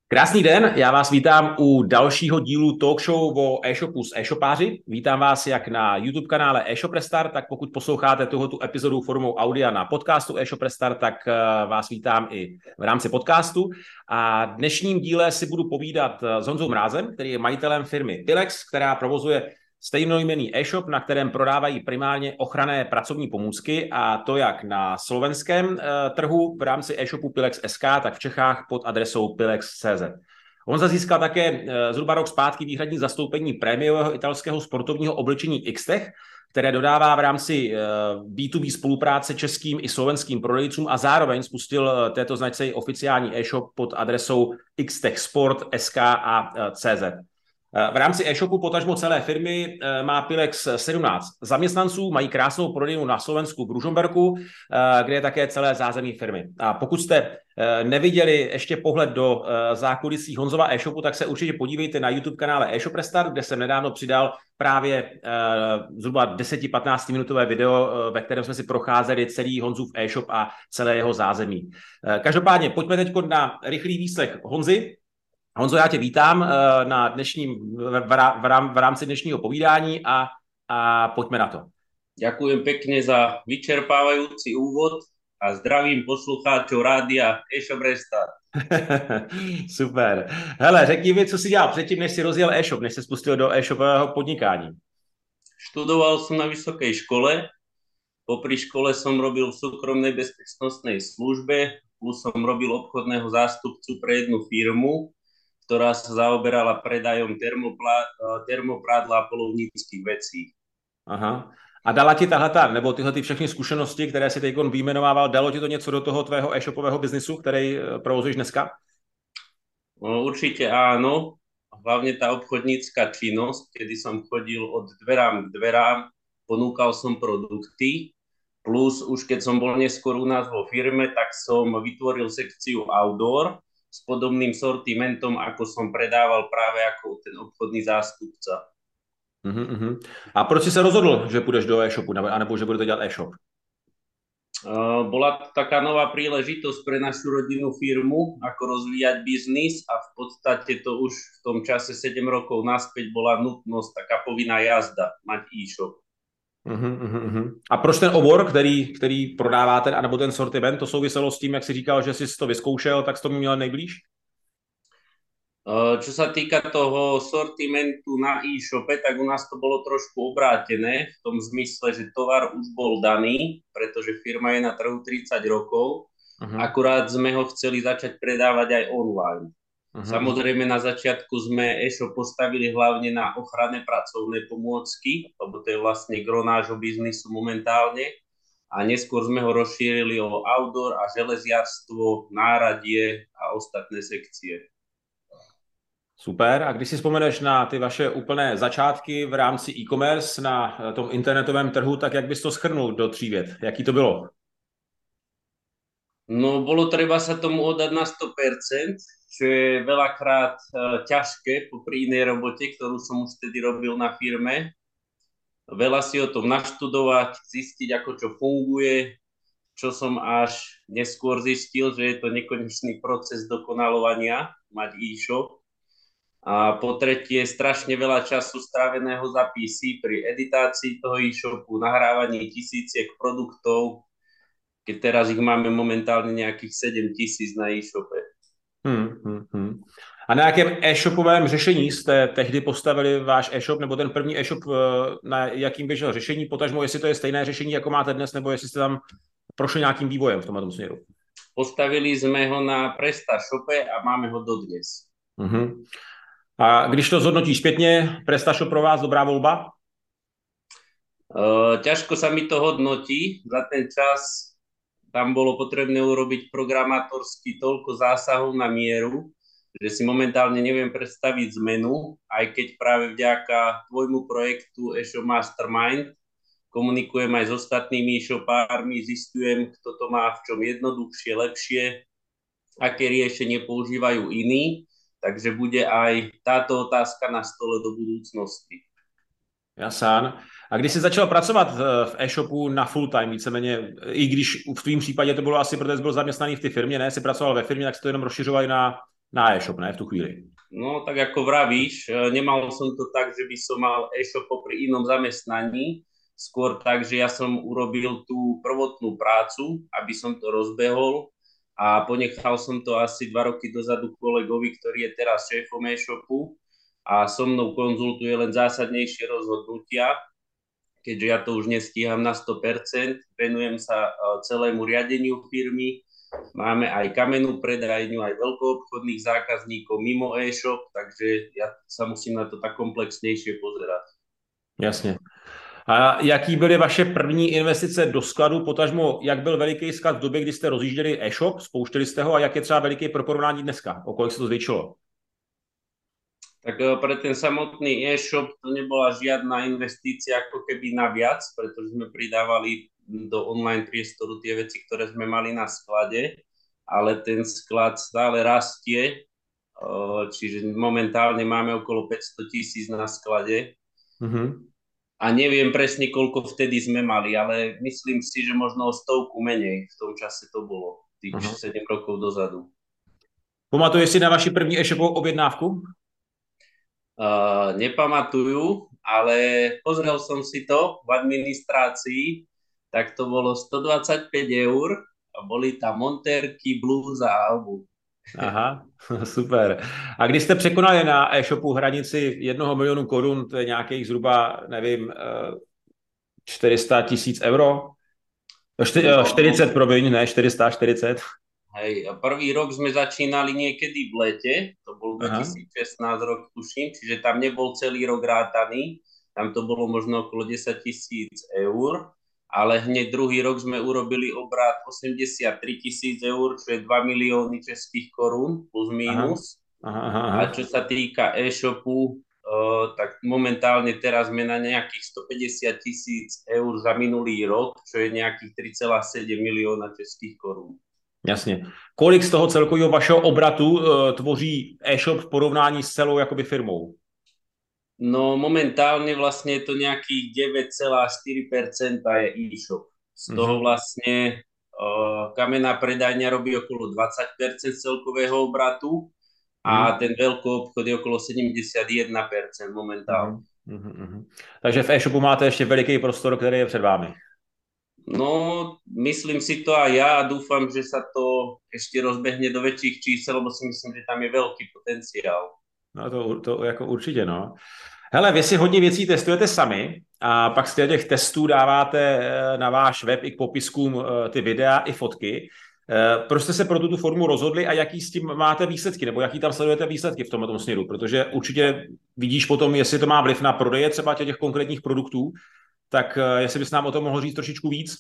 Krásný den, já vás vítám u dalšího dílu talk show o e-shopu s e-shopáři. Vítám vás jak na YouTube kanále e-shop Restart, tak pokud posloucháte tuto epizodu formou audia na podcastu e-shop Restart, tak vás vítám i v rámci podcastu. A v dnešním díle si budu povídat s Honzou Mrázem, který je majitelem firmy Pilex, která provozuje stejnojmenný e-shop, na kterém prodávají primárně ochranné pracovní pomůcky, a to jak na slovenském trhu v rámci e-shopu Pilex.sk, tak v Čechách pod adresou Pilex.cz. On získal také zhruba rok zpátky výhradní zastoupení prémiového italského sportovního oblečení Xtech, které dodává v rámci B2B spolupráce českým i slovenským prodejcům, a zároveň spustil této značce oficiální e-shop pod adresou xtechsport.sk a CZ. V rámci e-shopu potažmo celé firmy má Pilex 17 zaměstnanců, mají krásnou prodejnu na Slovensku v Ružomberku, kde je také celé zázemí firmy. A pokud jste neviděli ještě pohled do zákulisí Honzova e-shopu, tak se určitě podívejte na YouTube kanále e-shop Restart, kde jsem nedávno přidal právě zhruba 10-15 minutové video, ve kterém jsme si procházeli celý Honzův e-shop a celé jeho zázemí. Každopádně pojďme teď na rychlý výslech Honzy. Honzo, já tě vítám v rámci dnešního povídání a pojďme na to. Ďakujem pekne za vyčerpávajúci úvod a zdravím poslucháčov rádia e-shop Restart. Super. Hele, řekni mi, co jsi dělal předtím, než jsi rozjel e-shop, než jsi spustil do e-shopového podnikání. Študoval som na vysokej škole, popri škole som robil v súkromnej bezpečnostnej službe, plus som robil obchodného zástupcu pre jednu firmu, ktorá sa zaoberala predajom termoprádla a polovníckých vecí. Aha. A dala ti nebo tyhle všechny zkušenosti, které si teď vyjmenovával, dalo ti to něco do toho tvého e-shopového biznisu, který provozuješ dneska? No, určite áno, hlavne tá obchodnícka činnosť, kedy som chodil od dverám k dverám, ponúkal som produkty, plus už keď som bol neskôr u nás vo firme, tak som vytvoril sekciu outdoor s podobným sortimentom, ako som predával práve ako ten obchodný zástupca. A proč si se rozhodl, že půjdeš do e-shopu, anebo že budete dělat e-shop? Bola to taká nová príležitosť pre našu rodinnú firmu, ako rozvíjať biznis, a v podstate to už v tom čase 7 rokov naspäť bola nutnosť, taká povinná jazda, mať e-shop. A proč ten obor, který prodáváte, anebo ten sortiment, to souviselo s tím, jak jsi říkal, že jsi to vyzkoušel, tak jsi to měl nejblíž? Čo sa týka toho sortimentu na e-shope, tak u nás to bolo trošku obrátené v tom zmysle, že tovar už bol daný, pretože firma je na trhu 30 rokov, akurát sme ho chceli začať predávať aj online. Samozrejme na začiatku sme e-shop postavili hlavne na ochranné pracovné pomôcky, lebo to je vlastne gro nášho biznisu momentálne, a neskôr sme ho rozšírili o outdoor a železiarstvo, náradie a ostatné sekcie. Super. A když si vzpomeneš na ty vaše úplné začátky v rámci e-commerce na tom internetovém trhu, tak jak bys to shrnul do 3 vět? Jaký to bylo? No, bolo treba sa tomu oddať na 100%, čo je veľakrát ťažké popri inej robote, ktorú som už vtedy robil na firme. Veľa si o tom naštudovať, zistiť, ako čo funguje, čo som až neskôr zistil, že je to nekonečný proces dokonalovania mať e-shop. A po tretie, strašne veľa času stráveného za PC pri editácii toho e-shopu, nahrávaní tisíciek produktov, keď teraz ich máme momentálne nejakých 7 000 na e-shope. A na jakém e-shopovém řešení jste tehdy postavili váš e-shop, nebo ten první e-shop, na jakým běžel řešení, potažmo jestli to je stejné řešení, jako máte dnes, nebo jestli jste tam prošli nějakým vývojem v tomhle směru? Postavili sme ho na PrestaShope a máme ho dodnes. A když to zhodnotíš zpětně, PrestaShop pro vás dobrá volba? Ťažko sa mi to hodnotí. Za ten čas tam bolo potrebné urobiť programátorsky toľko zásahov na mieru, že si momentálne neviem predstaviť zmenu, aj keď práve vďaka tvojmu projektu eShop Mastermind komunikujem aj s ostatnými e-shopármi, zistujem, kto to má v čom jednoduchšie, lepšie, aké riešenie používajú iní, takže bude aj táto otázka na stole do budúcnosti. Jasán. A když jsi začal pracovat v e-shopu na full time víceméně, i když v tvým případě to bylo asi, protože jsi byl zaměstnaný v té firmě, ne, jsi pracoval ve firmě, tak jsi to jenom rozšiřovali na na e-shop, ne, v tu chvíli. No, tak ako vravíš, nemal som to tak, že by som mal e-shop popri inom zamestnaní, skôr tak, že ja som urobil tú prvotnú prácu, aby som to rozbehol a ponechal som to asi 2 roky dozadu kolegovi, ktorý je teraz šéfom e-shopu a so mnou konzultuje len zásadnejšie rozhodnutia, keďže ja to už nestíham na 100%, venujem sa celému riadeniu firmy. Máme aj kamennú predajňu, aj veľkoobchodných zákazníkov mimo e-shop, takže ja sa musím na to tak komplexnejšie pozerať. Jasně. A jaký byly vaše první investice do skladu, potažmo, jak byl veliký sklad v době, kdy jste rozjížděli e-shop, spouštěli jste ho a jak je třeba veliký pro porovnání dneska? O kolik se to zvětšilo? Tak pre ten samotný e-shop to nebola žiadna investícia ako keby naviac, pretože sme pridávali do online priestoru tie veci, ktoré sme mali na sklade, ale ten sklad stále rastie, čiže momentálne máme okolo 500 000 na sklade. A neviem presne, koľko vtedy sme mali, ale myslím si, že možno o 100 menej v tom čase to bolo, tých 7 rokov dozadu. Pamatuješ si na vaši první e-shopovou objednávku? Nepamatujú, ale pozrel som si to v administrácii, tak to bolo 125 € a boli tam montérky, blúza a album. Aha, super. A když jste překonali na e-shopu hranici 1 milionu korun, to je nějakých zhruba, nevím, 400 000 €? 40, promiň, ne, 440. Hej, a prvý rok sme začínali niekedy v lete, to bol 2016 rok, tuším, čiže tam nebol celý rok rátaný, tam to bolo možno okolo 10 000 €, ale hneď druhý rok sme urobili obrat 83 000 €, čo je 2 milióny českých korún plus mínus. A čo sa týka e-shopu, tak momentálne teraz sme na nejakých 150 000 € za minulý rok, čo je nejakých 3,7 milióna českých korún. Jasně. Kolik z toho celkového vašeho obratu tvoří e-shop v porovnání s celou jakoby firmou? No momentálne vlastne je to nejakých 9,4% je e-shop. Z toho vlastne kamenná predajňa robí okolo 20% celkového obratu a ten veľkoobchod je okolo 71% momentálne. Takže v e-shopu máte ještě veliký prostor, který je před vámi. No, myslím si to aj ja a dúfam, že sa to ešte rozbehne do väčších čísel, lebo si myslím, že tam je veľký potenciál. No to jako určitě, no. Hele, vy si hodně věcí testujete sami a pak z těch testů dáváte na váš web i k popiskům ty videa i fotky. Proč jste se pro tuto formu rozhodli a jaký s tím máte výsledky, nebo jaký tam sledujete výsledky v tomto směru? Protože určitě vidíš potom, jestli to má vliv na prodeje třeba těch konkrétních produktů, tak jestli bys nám o tom mohl říct trošičku víc?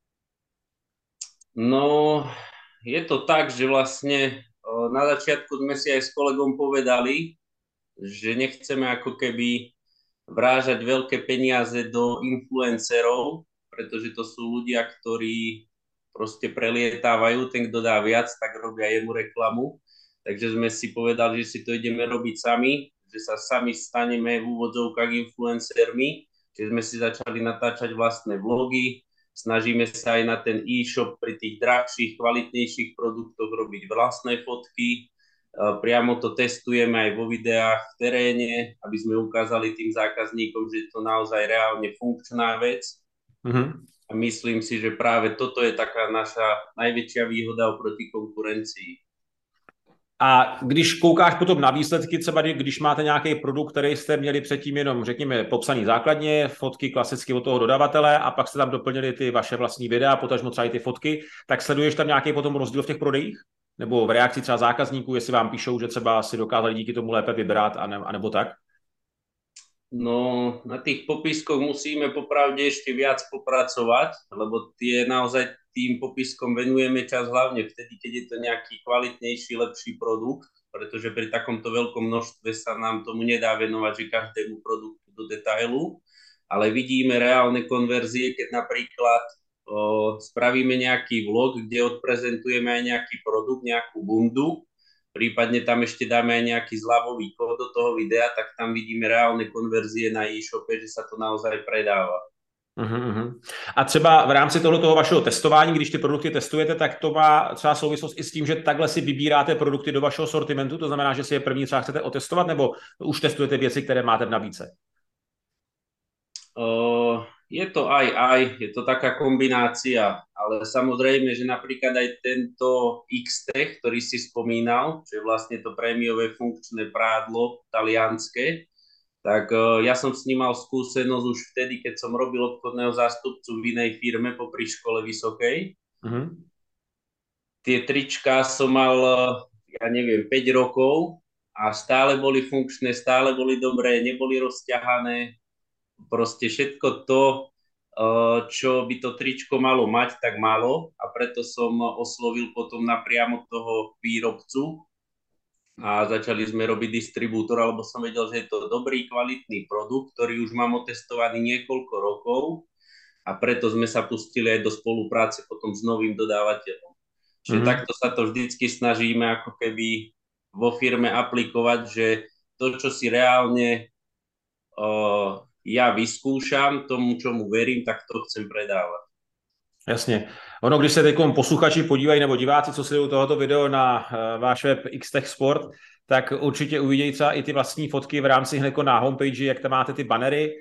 No, je to tak, že vlastne na začiatku sme si aj s kolegom povedali, že nechceme ako keby vrážať veľké peniaze do influencerov, pretože to sú ľudia, ktorí proste prelietávajú, ten, kto dá viac, tak robia jemu reklamu. Takže sme si povedali, že si to ideme robiť sami, že sa sami staneme v úvodzovkách influencermi, že sme si začali natáčať vlastné vlogy, snažíme sa aj na ten e-shop pri tých drahších, kvalitnejších produktoch robiť vlastné fotky, priamo to testujeme aj vo videách v teréne, aby sme ukázali tým zákazníkom, že je to naozaj reálne funkčná vec. A myslím si, že práve toto je taká naša najväčšia výhoda oproti konkurencii. A když koukáš potom na výsledky, třeba když máte nějaký produkt, který jste měli předtím jenom, řekněme, popsaný základně, fotky klasicky od toho dodavatele a pak jste tam doplnili ty vaše vlastní videa, potažmo třeba i ty fotky, tak sleduješ tam nějaký potom rozdíl v těch prodejích? Nebo v reakci třeba zákazníků, jestli vám píšou, že třeba si dokázali díky tomu lépe vybrat, anebo tak? No, na tých popiskoch musíme popravde ešte viac popracovať, lebo tie naozaj tým popiskom venujeme čas hlavne vtedy, keď je to nejaký kvalitnejší, lepší produkt, pretože pri takomto veľkom množstve sa nám tomu nedá venovať, že každému produktu do detailu, ale vidíme reálne konverzie, keď napríklad spravíme nejaký vlog, kde odprezentujeme aj nejaký produkt, nejakú bundu, prípadne tam ešte dáme aj nejaký zľavový kód do toho videa, tak tam vidíme reálne konverzie na e-shope, že sa to naozaj predáva. A třeba v rámci tohoto vašeho testování, když ty produkty testujete, tak to má třeba souvislost i s tím, že takhle si vybíráte produkty do vašeho sortimentu, to znamená, že si je první třeba chcete otestovat, nebo už testujete věci, které máte v nabídce? Je to aj, je to taká kombinácia, ale samozrejme, že napríklad aj tento X-Tech, ktorý si spomínal, že vlastne to prémiové funkčné prádlo talianské, tak ja som s ním mal skúsenosť už vtedy, keď som robil obchodného zástupcu v inej firme popri škole vysokej. Tie trička som mal, ja neviem, 5 rokov a stále boli funkčné, stále boli dobré, neboli rozťahané. Proste všetko to, čo by to tričko malo mať, tak malo a preto som oslovil potom napriamo toho výrobcu a začali sme robiť distribútora, lebo som vedel, že je to dobrý, kvalitný produkt, ktorý už mám otestovaný niekoľko rokov a preto sme sa pustili aj do spolupráce potom s novým dodávateľom. Čiže takto sa to vždycky snažíme ako keby vo firme aplikovať, že to, čo si reálne ja vyskúšam, tomu, čomu verím, tak to chcem predávať. Jasně. Ono, když se teď posluchači podívají nebo diváci, co sledují tohoto video na váš web X-Tech Sport, tak určitě uvidějí třeba i ty vlastní fotky v rámci hned na homepage, jak tam máte ty bannery,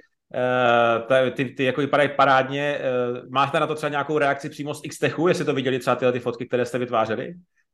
ty jako vypadají parádně. Máte na to třeba nějakou reakci přímo z X-Techu, jestli to viděli třeba tyhle ty fotky, které jste vytvářeli?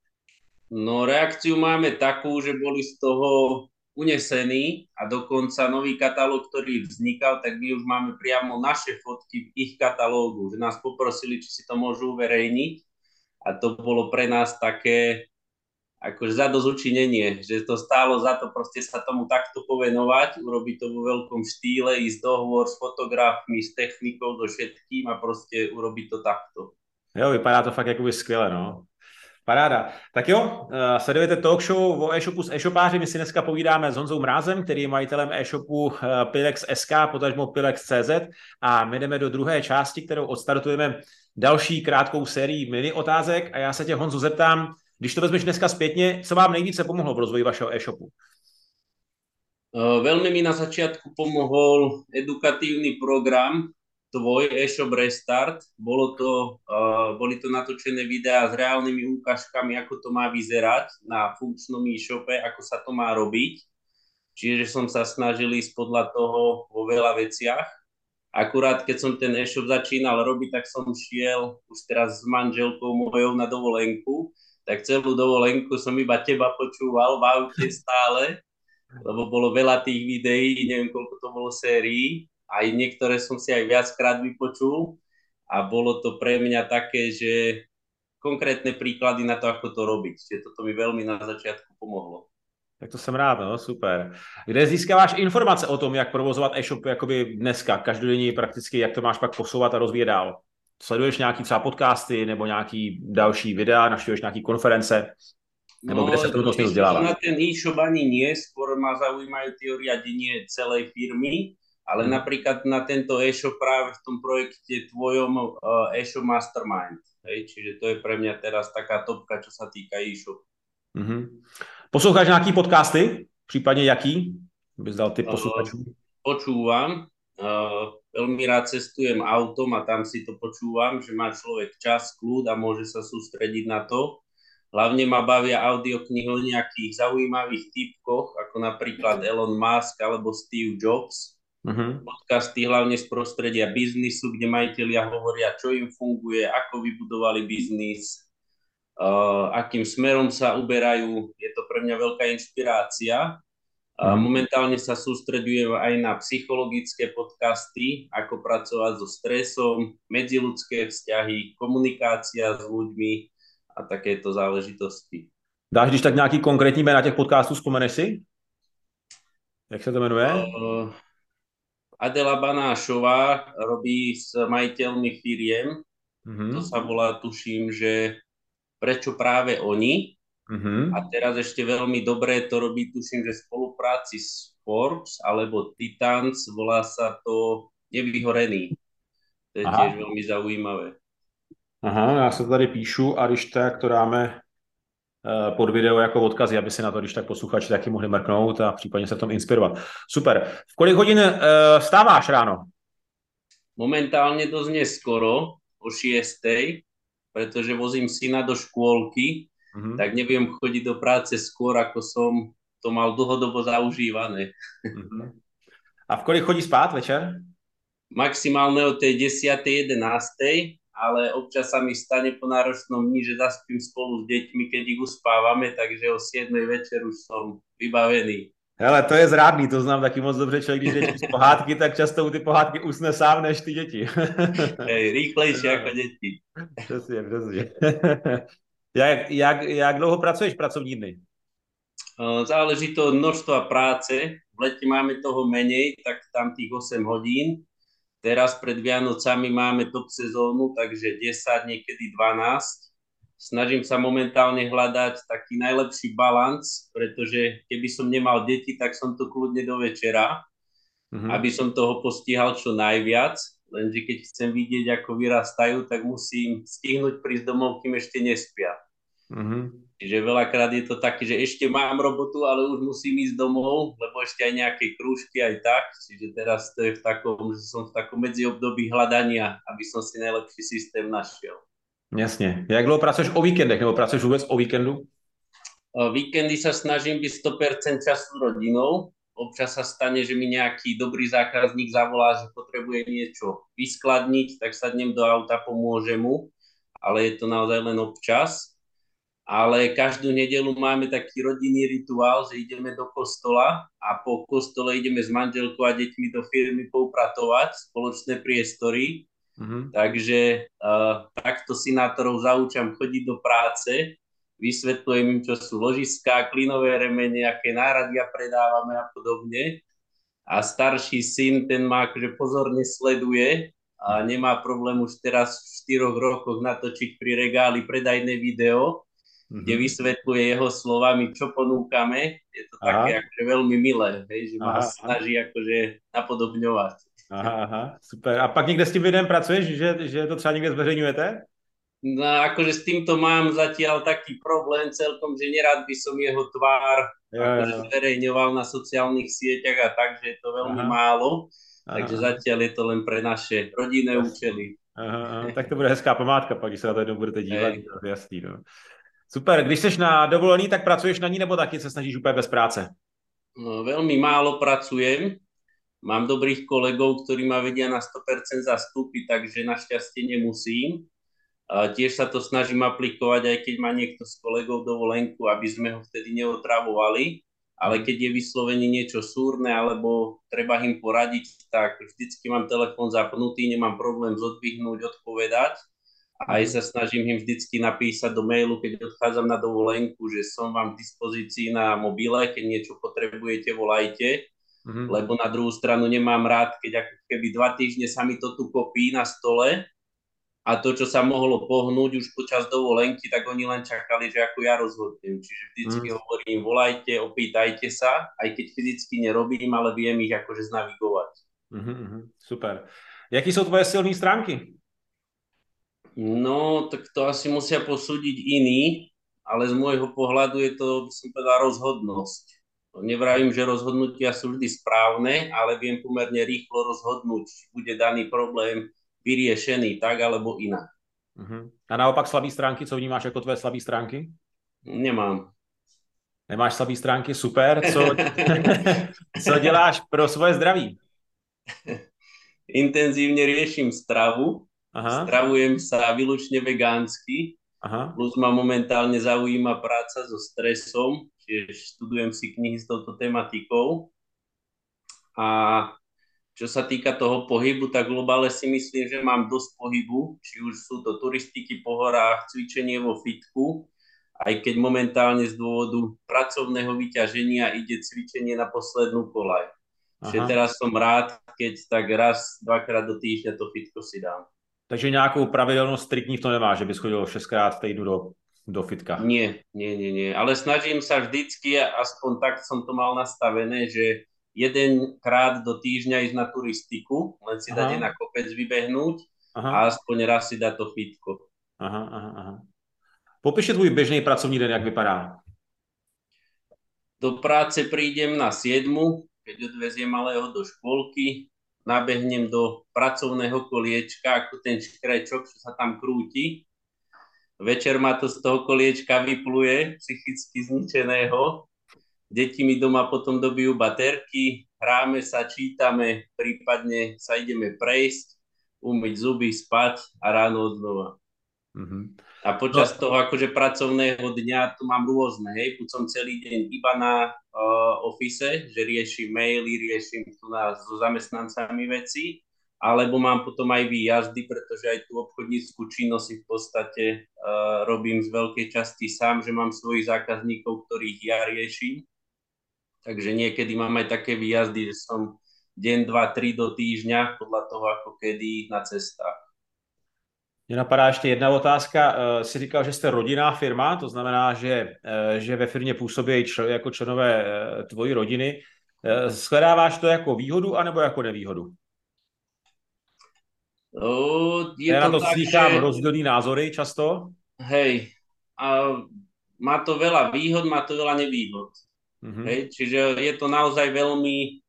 No reakciu máme takú, že boli z toho unesení a dokonca nový katalóg, ktorý vznikal, tak my už máme priamo naše fotky v ich katalógu, že nás poprosili, či si to môžu uverejniť a to bolo pre nás také akože zadozučinenie, že to stálo za to proste sa tomu takto povenovať, urobiť to vo veľkom štýle, ísť dohovor s fotografmi, s technikou, so všetkým a proste urobiť to takto. Jo, vypadá to fakt jakoby skvěle, no. Paráda. Tak jo, sledujete talk show o e-shopu s e-shopáři. My si dneska povídáme s Honzou Mrázem, který je majitelem e-shopu Pilex.sk, potažmo Pilex.cz a my jdeme do druhé části, kterou odstartujeme další krátkou sérií mini otázek a já se tě, Honzo, zeptám, když to vezmeš dneska zpětně, co vám nejvíce pomohlo v rozvoji vašeho e-shopu? Veľmi mi na začiatku pomohol edukatívny program tvoj e-shop Restart. Boli to natočené videá s reálnymi ukážkami, ako to má vyzerať na funkčnom e-shope, ako sa to má robiť. Čiže som sa snažil ísť podľa toho vo veľa veciach. Akurát, keď som ten e-shop začínal robiť, tak som šiel už teraz s manželkou mojou na dovolenku, tak celú dovolenku som iba teba počúval v aute stále, lebo bolo veľa tých videí, neviem, koľko to bolo sérií. Aj niektoré som si aj viackrát vypočul a bolo to pre mňa také, že konkrétne príklady na to, ako to robiť. Čiže toto mi veľmi na začiatku pomohlo. Tak to jsem rád, no, super. Kde získáváš informace o tom, jak provozovat e-shop jakoby dneska, každodenní prakticky, jak to máš pak posouvat a rozvíjet dál? Sleduješ nějaký třeba podcasty nebo nějaký další videa, navštívuješ nějaký konference? Nebo kde sa to vlastne vzdeláva? Na ten e-shop ani nie, skôr ma zaujímajú tie riadenie celej firmy, ale napríklad na tento e-shop práve v tom projekte tvojom e-shop Mastermind. Hej? Čiže to je pre mňa teraz taká topka, čo sa týka e-shop. Posloucháš nějaký podcasty? Případně jaký? Bys dal tip posluchačům? Počúvam. Veľmi rád cestujem autom a tam si to počúvam, že má človek čas, kľud a môže sa sústrediť na to. Hlavne ma bavia audioknihy o nejakých zaujímavých typkoch, ako napríklad Elon Musk alebo Steve Jobs. Podcasty hlavne z prostredia biznisu, kde majitelia hovoria, čo im funguje, ako vybudovali biznis, akým smerom sa uberajú. Je to pre mňa veľká inšpirácia. Momentálne sa sústreďujem aj na psychologické podcasty, ako pracovať so stresom, medziľudské vzťahy, komunikácia s ľuďmi, a takéto záležitosti. Dáš když tak nějaký konkrétní jména těch podcastů, vzpomeneš si? Jak se to jmenuje? Adela Banášová robí s majiteľmi firiem. To sa volá, tuším, že Prečo práve oni. A teraz ešte veľmi dobré to robí, tuším, že v spolupráci s Forbes alebo Titans, volá sa to Nevyhorený. To je tiež veľmi zaujímavé. Aha, já se to tady píšu a když tak to dáme pod video jako odkazy, aby si na to, když tak posluchači taky mohli mrknout a případně se v tom inspirovat. Super. V kolik hodin stáváš ráno? Momentálne dosť neskoro, o 6, pretože vozím syna do škôlky, Mhm. tak neviem chodiť do práce skôr, ako som to mal dlhodobo zaužívané. Mhm. A v kolik chodí spát večer? Maximálne od tej 10. 11. ale občas sa mi stane po náročnom dni, že zaspím spolu s deťmi, keď ich uspávame, takže o 7. večer už som vybavený. Hele, to je zrádný, to znám taky moc dobře. Člověk, když jde číst pohádky, tak často u ty pohádky usne sám než ty děti. Rýchlejšie ako deti. Přesně, přesně. Jak dlouho pracuješ pracovní dny? Záleží to od množstva práce. V lete máme toho menej, tak tam tých 8 hodín. Teraz pred Vianocami máme top sezónu, takže 10, niekedy 12. Snažím sa momentálne hľadať taký najlepší balans, pretože keby som nemal deti, tak som tu kľudne do večera, aby som toho postihal čo najviac. Lenže keď chcem vidieť, ako vyrastajú, tak musím stihnúť prísť domov, kým ešte nespia. Čiže veľakrát je to také, že ešte mám robotu, ale už musím ísť domov, lebo ešte aj nejaké krúžky aj tak. Čiže teraz to je že som v takom medziobdobí hľadania, aby som si najlepší systém našiel. Jasně. Jak dlouho pracuješ o víkendech, nebo pracuješ vůbec o víkendu? Víkendy sa snažím byť 100% času s rodinou. Občas sa stane, že mi nejaký dobrý zákazník zavolá, že potrebuje niečo vyskladniť, tak sadnem do auta, pomôžem mu, ale je to naozaj len občas. Ale každú nedelu máme taký rodinný rituál, že ideme do kostola a po kostole ideme s manželkou a deťmi do firmy poupratovať spoločné priestory. Takže takto synátorov zaučam chodiť do práce, vysvetľujem im, čo sú ložiská, klínové remene, aké náradia predávame a podobne. A starší syn, ten ma akože pozorne sleduje a nemá problém už teraz v 4 rokoch natočiť pri regáli predajné video, kde vysvetľuje jeho slovami, čo ponúkame. Je to také akože veľmi milé, že ma snaží akože napodobňovať. Aha, super. A pak někde s tím videem pracuješ, že to třeba někde zveřejňujete? No, akože s týmto mám zatiaľ taký problém celkom, že nerad by som jeho tvár akože zverejňoval na sociálnych sieťach a tak, že je to veľmi málo. Takže zatiaľ je to len pre naše rodinné účely. Tak to bude hezká památka, pak když se na to jednou budete dívat, to je jasný. No. Super, když jsi na dovolený, tak pracuješ na ní, nebo taky se snažíš úplně bez práce? No, veľmi málo pracujem. Mám dobrých kolegov, ktorí ma vedia na 100% zastúpiť, takže našťastie nemusím. Tiež sa to snažím aplikovať, aj keď má niekto s kolegov dovolenku, aby sme ho vtedy neotravovali. Ale keď je vyslovene niečo súrne, alebo treba im poradiť, tak vždycky mám telefón zapnutý, nemám problém zodvihnúť, odpovedať. A aj sa snažím im vždycky napísať do mailu, keď odchádzam na dovolenku, že som vám k dispozícii na mobile, keď niečo potrebujete, volajte. Lebo na druhú stranu nemám rád, keď ako keby 2 týždne sa mi to tu kopí na stole a to, čo sa mohlo pohnúť už počas dovolenky, tak oni len čakali, že ako ja rozhodnem. Čiže vždycky hovorím, volajte, opýtajte sa, aj keď fyzicky nerobím, ale viem ich akože znavigovať. Super. Jaký sú tvoje silné stránky? No, tak to asi musia posúdiť iní, ale z môjho pohľadu je to, by som povedal, rozhodnosť. Nevravím, že rozhodnutia sú vždy správne, ale viem pomerne rýchlo rozhodnúť, či bude daný problém vyriešený tak, alebo inak. A naopak slabé stránky, co vnímáš jako tvoje slabé stránky? Nemám. Nemáš slabé stránky? Super. Co děláš pro svoje zdraví? Intenzívne riešim stravu. Stravujem sa výlučne vegánsky. Plus ma momentálne zaujíma práca so stresom, čiže študujem si knihy s touto tematikou. A čo sa týka toho pohybu, tak globálne si myslím, že mám dosť pohybu, či už sú to turistiky po horách, cvičenie vo fitku, aj keď momentálne z dôvodu pracovného vyťaženia ide cvičenie na poslednú koľaj. Čiže teraz som rád, keď tak raz, 2-krát do týždňa to fitko si dám. Takže nějakou pravidelnost striktní v tom nemáš, že bys chodil 6krát v týdnu do fitka? Nie. Ale snažím sa vždycky, aspoň tak som to mal nastavené, že 1krát do týždňa ísť na turistiku, len si dať na kopec vybehnúť a aspoň raz si dať to fitko. Popiš tvůj běžný pracovní den, jak vypadá? Do práce prídem na 7, keď odveziem malého do škôlky. nabehnem do pracovného koliečka, ako ten škrečok, čo sa tam krúti. Večer ma to z toho koliečka vypluje, psychicky zničeného. Deti mi doma potom dobijú baterky, hráme sa, čítame, prípadne sa ideme prejsť, umyť zuby, spať a ráno odnova. Mm-hmm. A počas toho akože pracovného dňa tu mám rôzne, hej, buď som celý deň iba na office, že riešim maily, riešim tu so zamestnancami veci, alebo mám potom aj výjazdy, pretože aj tú obchodnícku činnosť si v podstate robím z veľkej časti sám, že mám svojich zákazníkov, ktorých ja riešim. Takže niekedy mám aj také výjazdy, že som deň, 2, 3 do týždňa, podľa toho, ako kedy na cestách. Mně napadá ještě jedna otázka. Jsi říkal, že jste rodinná firma, to znamená, že ve firmě působí jako členové tvojí rodiny. Shledáváš to jako výhodu anebo jako nevýhodu? Já na to slýchám že... rozdílný názory často. Hej, má to veľa výhod, má to veľa nevýhod. Mm-hmm. Hej, čiže je to naozaj veľmi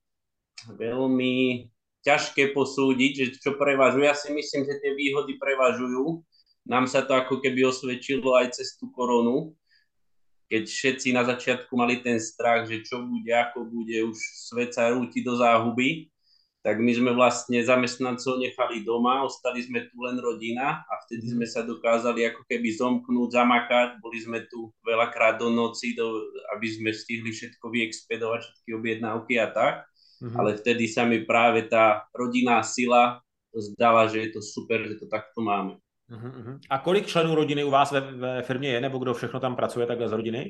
ťažké posúdiť, že čo prevažuje. Ja si myslím, že tie výhody prevažujú. Nám sa to ako keby osvedčilo aj cez tú koronu, keď všetci na začiatku mali ten strach, že čo bude, ako bude, už svet sa rúti do záhuby, tak my sme vlastne zamestnancov nechali doma, ostali sme tu len rodina a vtedy sme sa dokázali ako keby zomknúť, zamakať. Boli sme tu veľakrát do noci, aby sme stihli všetko vyexpedovať, všetky objednávky a tak. Mm-hmm. Ale vtedy sa mi práve tá rodinná sila zdala, že je to super, že to takto máme. Mm-hmm. A kolik členů rodiny u vás ve firmě je, nebo kdo všechno tam pracuje takhle z rodiny?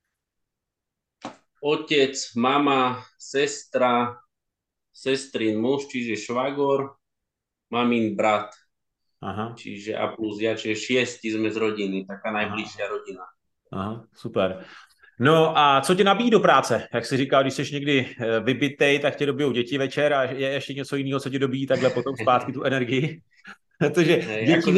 Otec, mama, sestra, sestrin muž, čiže švagor, mamin brat. Aha. Čiže a plus ja, čiže 6 sme z rodiny, taká najbližšia rodina. Aha, super. No a co tě nabíjí do práce? Jak jsi říkal, když jsi někdy vybitej, tak tě dobijou děti večer a je ještě něco jiného, co tě dobíjí takhle potom zpátky tu energii. Protože děti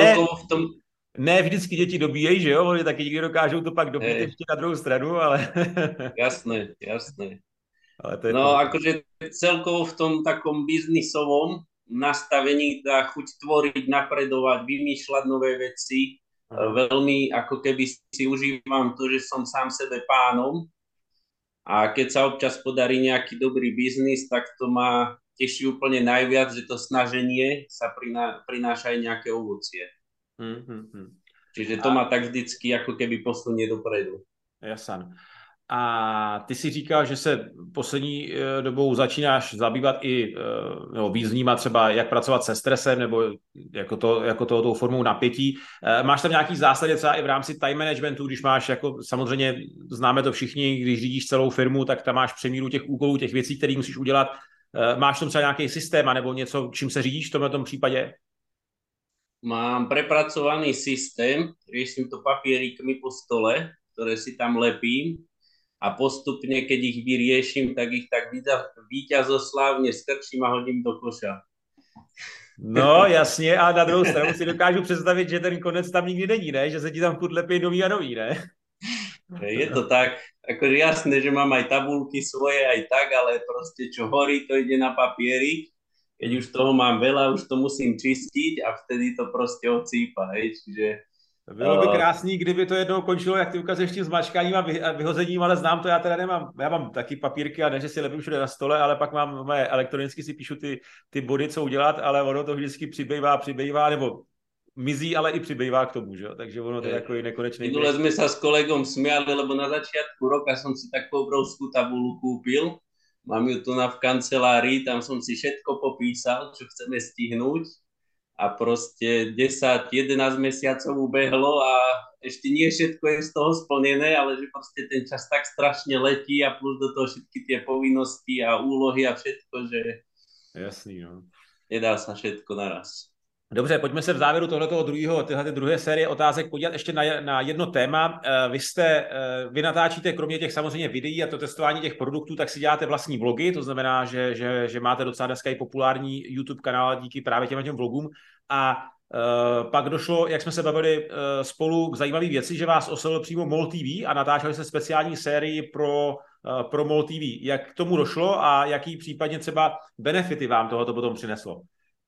ne vždycky děti dobíjejí, že jo? Oni taky někdy dokážou to pak dobít ještě na druhou stranu, ale... Jasné. Ale to je no to... akože celkovo v tom takom biznisovom nastavení dá chuť tvoriť, napredovať, vymýšľať nové veci. Veľmi ako keby si užívam to, že som sám sebe pánom a keď sa občas podarí nejaký dobrý biznis, tak to ma teší úplne najviac, že to snaženie sa prináša aj nejaké ovocie. Čiže to ma tak vždycky ako keby posunie dopredu. Jasne. A ty si říkal, že se poslední dobou začínáš zabývat i víc vnímat třeba, jak pracovat se stresem nebo jako tou formou napětí. Máš tam nějaký zásady třeba i v rámci time managementu, když máš, jako samozřejmě známe to všichni, když řídíš celou firmu, tak tam máš přemíru těch úkolů, těch věcí, které musíš udělat. Máš tam třeba nějaký systém anebo něco, čím se řídíš v tomto případě? Mám prepracovaný systém, riešim to papierikmi po stole, ktoré si tam lepím. A postupne, keď ich vyrieším, tak ich tak víťazoslávne strčím a hodím do koša. No, jasně, a na druhou stranu si dokážu představit, že ten konec tam nikdy není, ne? Že se ti tam furt lepí nový a nový, ne? Je to tak, akože jasné, že mám aj tabulky svoje, aj tak, ale proste čo horí, to ide na papierik. Keď už toho mám veľa, už to musím čistiť a vtedy to proste odsýpa, hej, čiže... Bylo by krásný, kdyby to jednou končilo, jak ty ukazuješ tím zmačkáním a vyhozením, ale znám to, já teda nemám. Já mám taky papírky a ne, že si lepím všude na stole, ale pak mám moje elektronicky si píšu ty body, co udělat, ale ono to vždycky přibývá, nebo mizí, ale i přibývá k tomu, že? Takže ono to je takový nekonečný. Minule sme sa s kolegom smiali, lebo na začiatku roka som si takú obrovskú tabulu kúpil. Mám ju tu v kancelárii, tam som si všetko popísal, čo chceme stihnúť. A proste 10-11 mesiacov ubehlo a ešte nie všetko je z toho splnené, ale že proste ten čas tak strašne letí a plus do toho všetky tie povinnosti a úlohy a všetko, že jasný, no. Nedá sa všetko naraz. Dobře, pojďme se v závěru téhle druhé série otázek podívat ještě na jedno téma. Vy natáčíte kromě těch samozřejmě videí a to testování těch produktů, tak si děláte vlastní vlogy, to znamená, že máte docela dneska i populární YouTube kanál díky právě těm vlogům. A pak došlo, jak jsme se bavili spolu, k zajímavé věci, že vás oslovil přímo MOL TV a natáčeli se speciální sérii pro pro MOL TV. Jak k tomu došlo a jaký případně třeba benefity vám tohoto potom přineslo?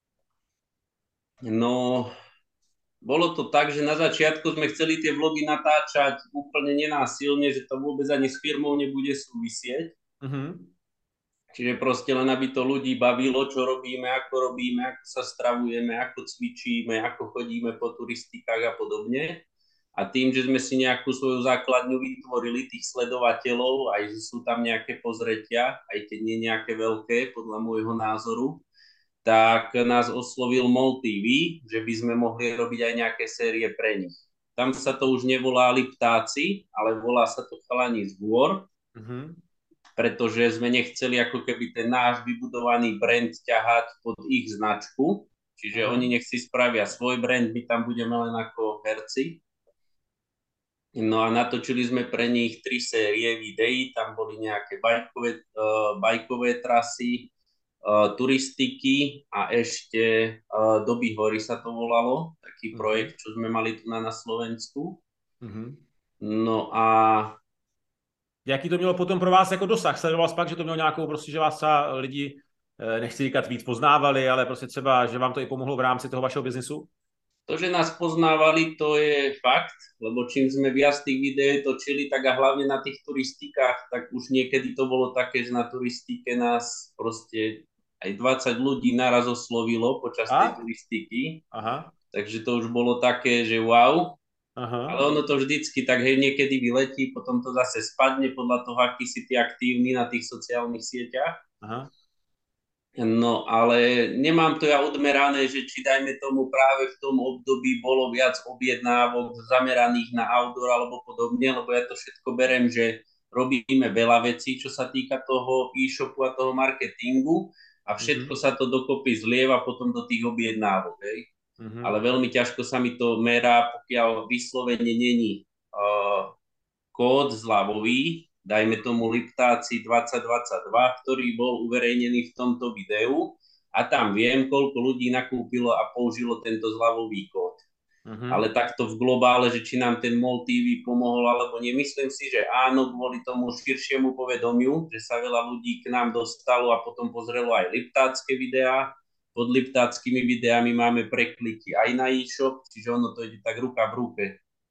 No, bolo to tak, že na začiatku sme chceli tie vlogy natáčať úplne nenásilne, že to vôbec ani s firmou nebude súvisieť. Čiže proste len aby to ľudí bavilo, čo robíme, ako sa stravujeme, ako cvičíme, ako chodíme po turistikách a podobne. A tým, že sme si nejakú svoju základňu vytvorili, tých sledovateľov, aj že sú tam nejaké pozretia, aj keď nie nejaké veľké, podľa môjho názoru, tak nás oslovil MOL TV, že by sme mohli robiť aj nejaké série pre nich. Tam sa to už nevolá Liptáci, ale volá sa to Chalani z Hôr, pretože sme nechceli ako keby ten náš vybudovaný brand ťahať pod ich značku, čiže oni nech si spravia svoj brand, my tam budeme len ako herci. No a natočili sme pre nich 3 série videí, tam boli nejaké bajkové trasy, turistiky a ešte Doby hory sa to volalo, taký projekt, čo sme mali tu na Slovensku. No a jaký to mělo potom pro vás jako dosah? Sledoval jsi pak, že to mělo nějakou, prostě, že vás třeba lidi, nechci říkat víc poznávali, ale prostě třeba, že vám to i pomohlo v rámci toho vašeho biznisu? To, že nás poznávali, to je fakt, lebo čím sme viac tých videí točili, tak a hlavne na tých turistikách, tak už niekedy to bolo také, že na turistike nás proste aj 20 ľudí naraz oslovilo počas tej turistiky. Takže to už bolo také, že wow. Ale ono to vždycky tak hej, niekedy vyletí, potom to zase spadne podľa toho, aký si ty aktívny na tých sociálnych sieťach. No ale nemám to ja odmerané, že či dajme tomu práve v tom období bolo viac objednávok zameraných na outdoor alebo podobne, lebo ja to všetko berem, že robíme veľa vecí, čo sa týka toho e-shopu a toho marketingu a všetko sa to dokopy zlieva potom do tých objednávok, hej. Ale veľmi ťažko sa mi to merá, pokiaľ vyslovene není kód zľavový, dajme tomu Liptáci 2022, ktorý bol uverejnený v tomto videu a tam viem, koľko ľudí nakúpilo a použilo tento zľavový kód. Ale takto v globále, že či nám ten MOL TV pomohol alebo nie, myslím si, že áno, kvôli tomu širšiemu povedomiu, že sa veľa ľudí k nám dostalo a potom pozrelo aj liptácké videá. Pod liptáckými videami máme prekliky aj na e-shop, čiže ono to ide tak ruka v ruke.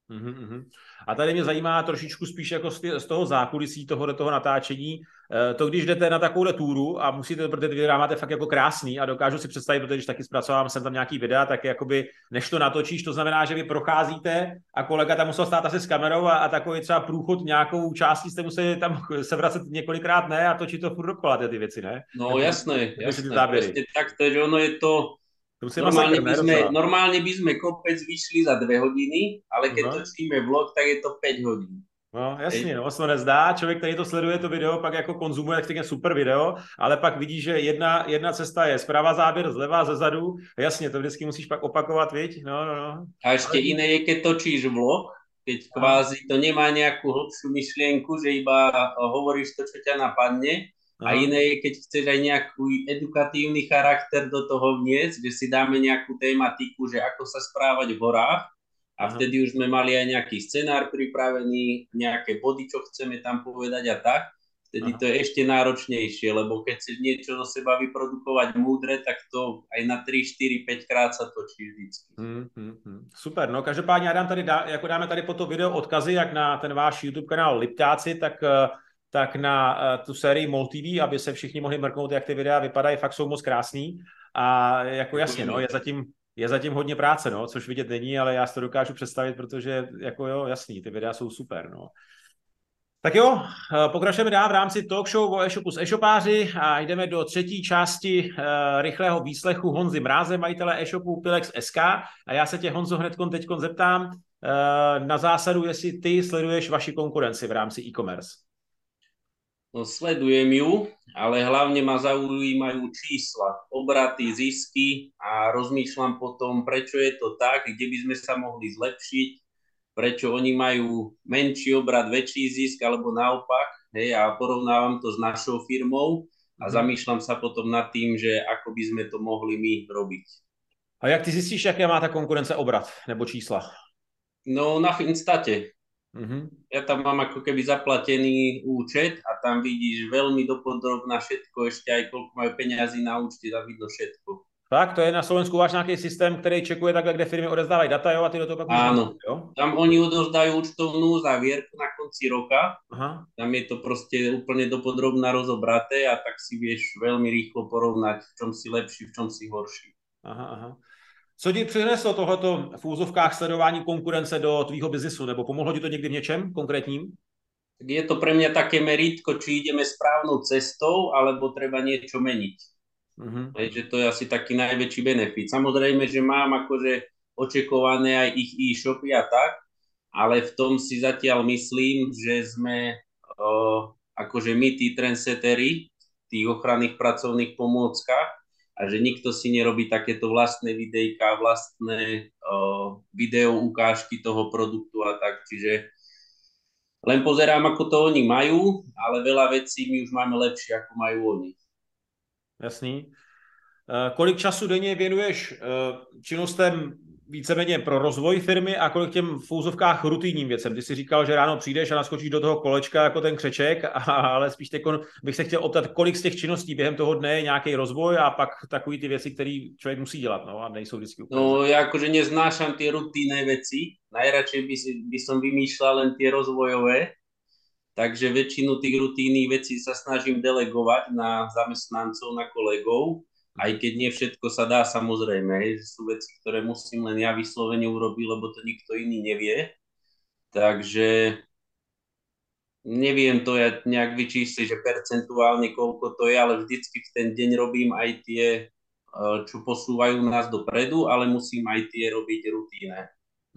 A tady mě zajímá trošičku spíš jako z toho zákulisí toho natáčení. To, když jdete na takovouhle túru a musíte, protože ty videa máte fakt jako krásný a dokážu si představit, protože když taky zpracovám sem tam nějaký videa, tak jakoby než to natočíš, to znamená, že vy procházíte a kolega tam musel stát asi s kamerou a takový třeba průchod nějakou částí jste museli tam se vracet několikrát, ne? A točit to furt dokola ty věci, ne? No tak, jasné. Presne takto, že ono je to normálne by sme kopec vyšli za 2 hodiny, ale keď točíme vlog, tak je to 5 hodín. No jasně, no, se to nezdá. Člověk, který to sleduje, to video, pak jako konzumuje, tak je super video, ale pak vidí, že jedna cesta je zprava záběr, zleva, zezadu. Jasně, to vždycky musíš pak opakovat, viď? No. A ešte iné je, keď točíš vlog, keď kvázi to nemá nejakú hlbšiu myšlienku, že iba hovoríš to, čo ťa napadne. A iné je, keď chceš aj nejaký edukatívny charakter do toho vniesť, že si dáme nejakú tematiku, že ako sa správať v horách. A vtedy už sme mali aj nejaký scenár pripravený, nejaké body, čo chceme tam povedať a tak. Vtedy to je ešte náročnejšie, lebo keď chceš niečo do seba vyprodukovať múdre, tak to aj na 3, 4, 5 krát sa točí vždycky. Super, no každopádně dáme tady po to video odkazy, jak na ten váš YouTube kanál Liptáci, tak na tu sérii MOL TV, aby se všichni mohli mrknout, jak ty videa vypadají, fakt jsou moc krásný. A jako jasně, no, je zatím hodně práce, no, což vidět není, ale já si to dokážu představit, protože jako jo, jasný, ty videa jsou super, no. Tak jo, pokračujeme dál v rámci talk show o e-shopu s e-shopáři a jdeme do třetí části rychlého výslechu Honzy Mráze, majitele e-shopu Pilex.sk a já se tě, Honzo, hnedkon teďkon zeptám na zásadu, jestli ty sleduješ vaši konkurenci v rámci e-commerce. No, sledujem ju, ale hlavne ma zaujímajú čísla, obraty, zisky a rozmýšľam potom, prečo je to tak, kde by sme sa mohli zlepšiť, prečo oni majú menší obrat, väčší zisk, alebo naopak, hej, a porovnávam to s našou firmou a zamýšľam sa potom nad tým, že ako by sme to mohli my robiť. A jak ty zjistíš, jaké má ta konkurence obrat nebo čísla? No, na Finstate. Mhm. Ja tam mám ako keby zaplatený účet a tam vidíš veľmi dopodrobná všetko, ešte aj koľko majú peňazí na účte, tam vidno všetko. Tak, to je na Slovensku váš nějaký systém, který čekuje takhle, kde firmy odezdávají data, jo, a ty do toho pak můžeš Áno, investovat, jo? tam oni odovzdajú účtovnú závierku na konci roka, Aha, tam je to proste úplne dopodrobná rozobraté a tak si vieš veľmi rýchlo porovnať, v čom si lepší, v čom si horší. aha, aha. Co ti přineslo tohleto v úzovkách sledování konkurence do tvýho biznisu, nebo pomohlo ti to někdy v něčem konkrétním? Tak je to pre mňa také merítko, či ideme správnou cestou, alebo treba niečo meniť. Mhm. Že to je asi taký najväčší benefit. Samozrejme, že mám akože očekované aj ich e-shopy a tak, ale v tom si zatiaľ myslím, že sme akože my tí trendsettery v tých ochranných pracovných pomôckach a že nikto si nerobí takéto vlastné videjka, vlastné video ukážky toho produktu a tak. Čiže len pozerám, ako to oni majú, ale veľa vecí my už máme lepšie, ako majú oni. Jasný. Kolik času denně věnuješ činnostem víceméně pro rozvoj firmy a kolik těm v úzovkách rutinním věcem? Ty jsi říkal, že ráno přijdeš a naskočíš do toho kolečka jako ten křeček, ale spíš teď bych se chtěl optat, kolik z těch činností během toho dne je nějaký rozvoj a pak takový ty věci, které člověk musí dělat, no, a nejsou vždycky úplně. No ja akože neznášam tie rutinné veci, najradšej by som vymýšľal len tie rozvojové, takže väčšinu tých rutinných vecí sa snažím delegovať na zamestnancov, na kolegov, aj keď nie všetko sa dá, samozrejme, že sú veci, ktoré musím len ja vyslovene urobiť, lebo to nikto iný nevie. Takže neviem to ja nejak vyčísliť, že percentuálne koľko to je, ale vždycky v ten deň robím aj tie, čo posúvajú nás dopredu, ale musím aj tie robiť rutíne.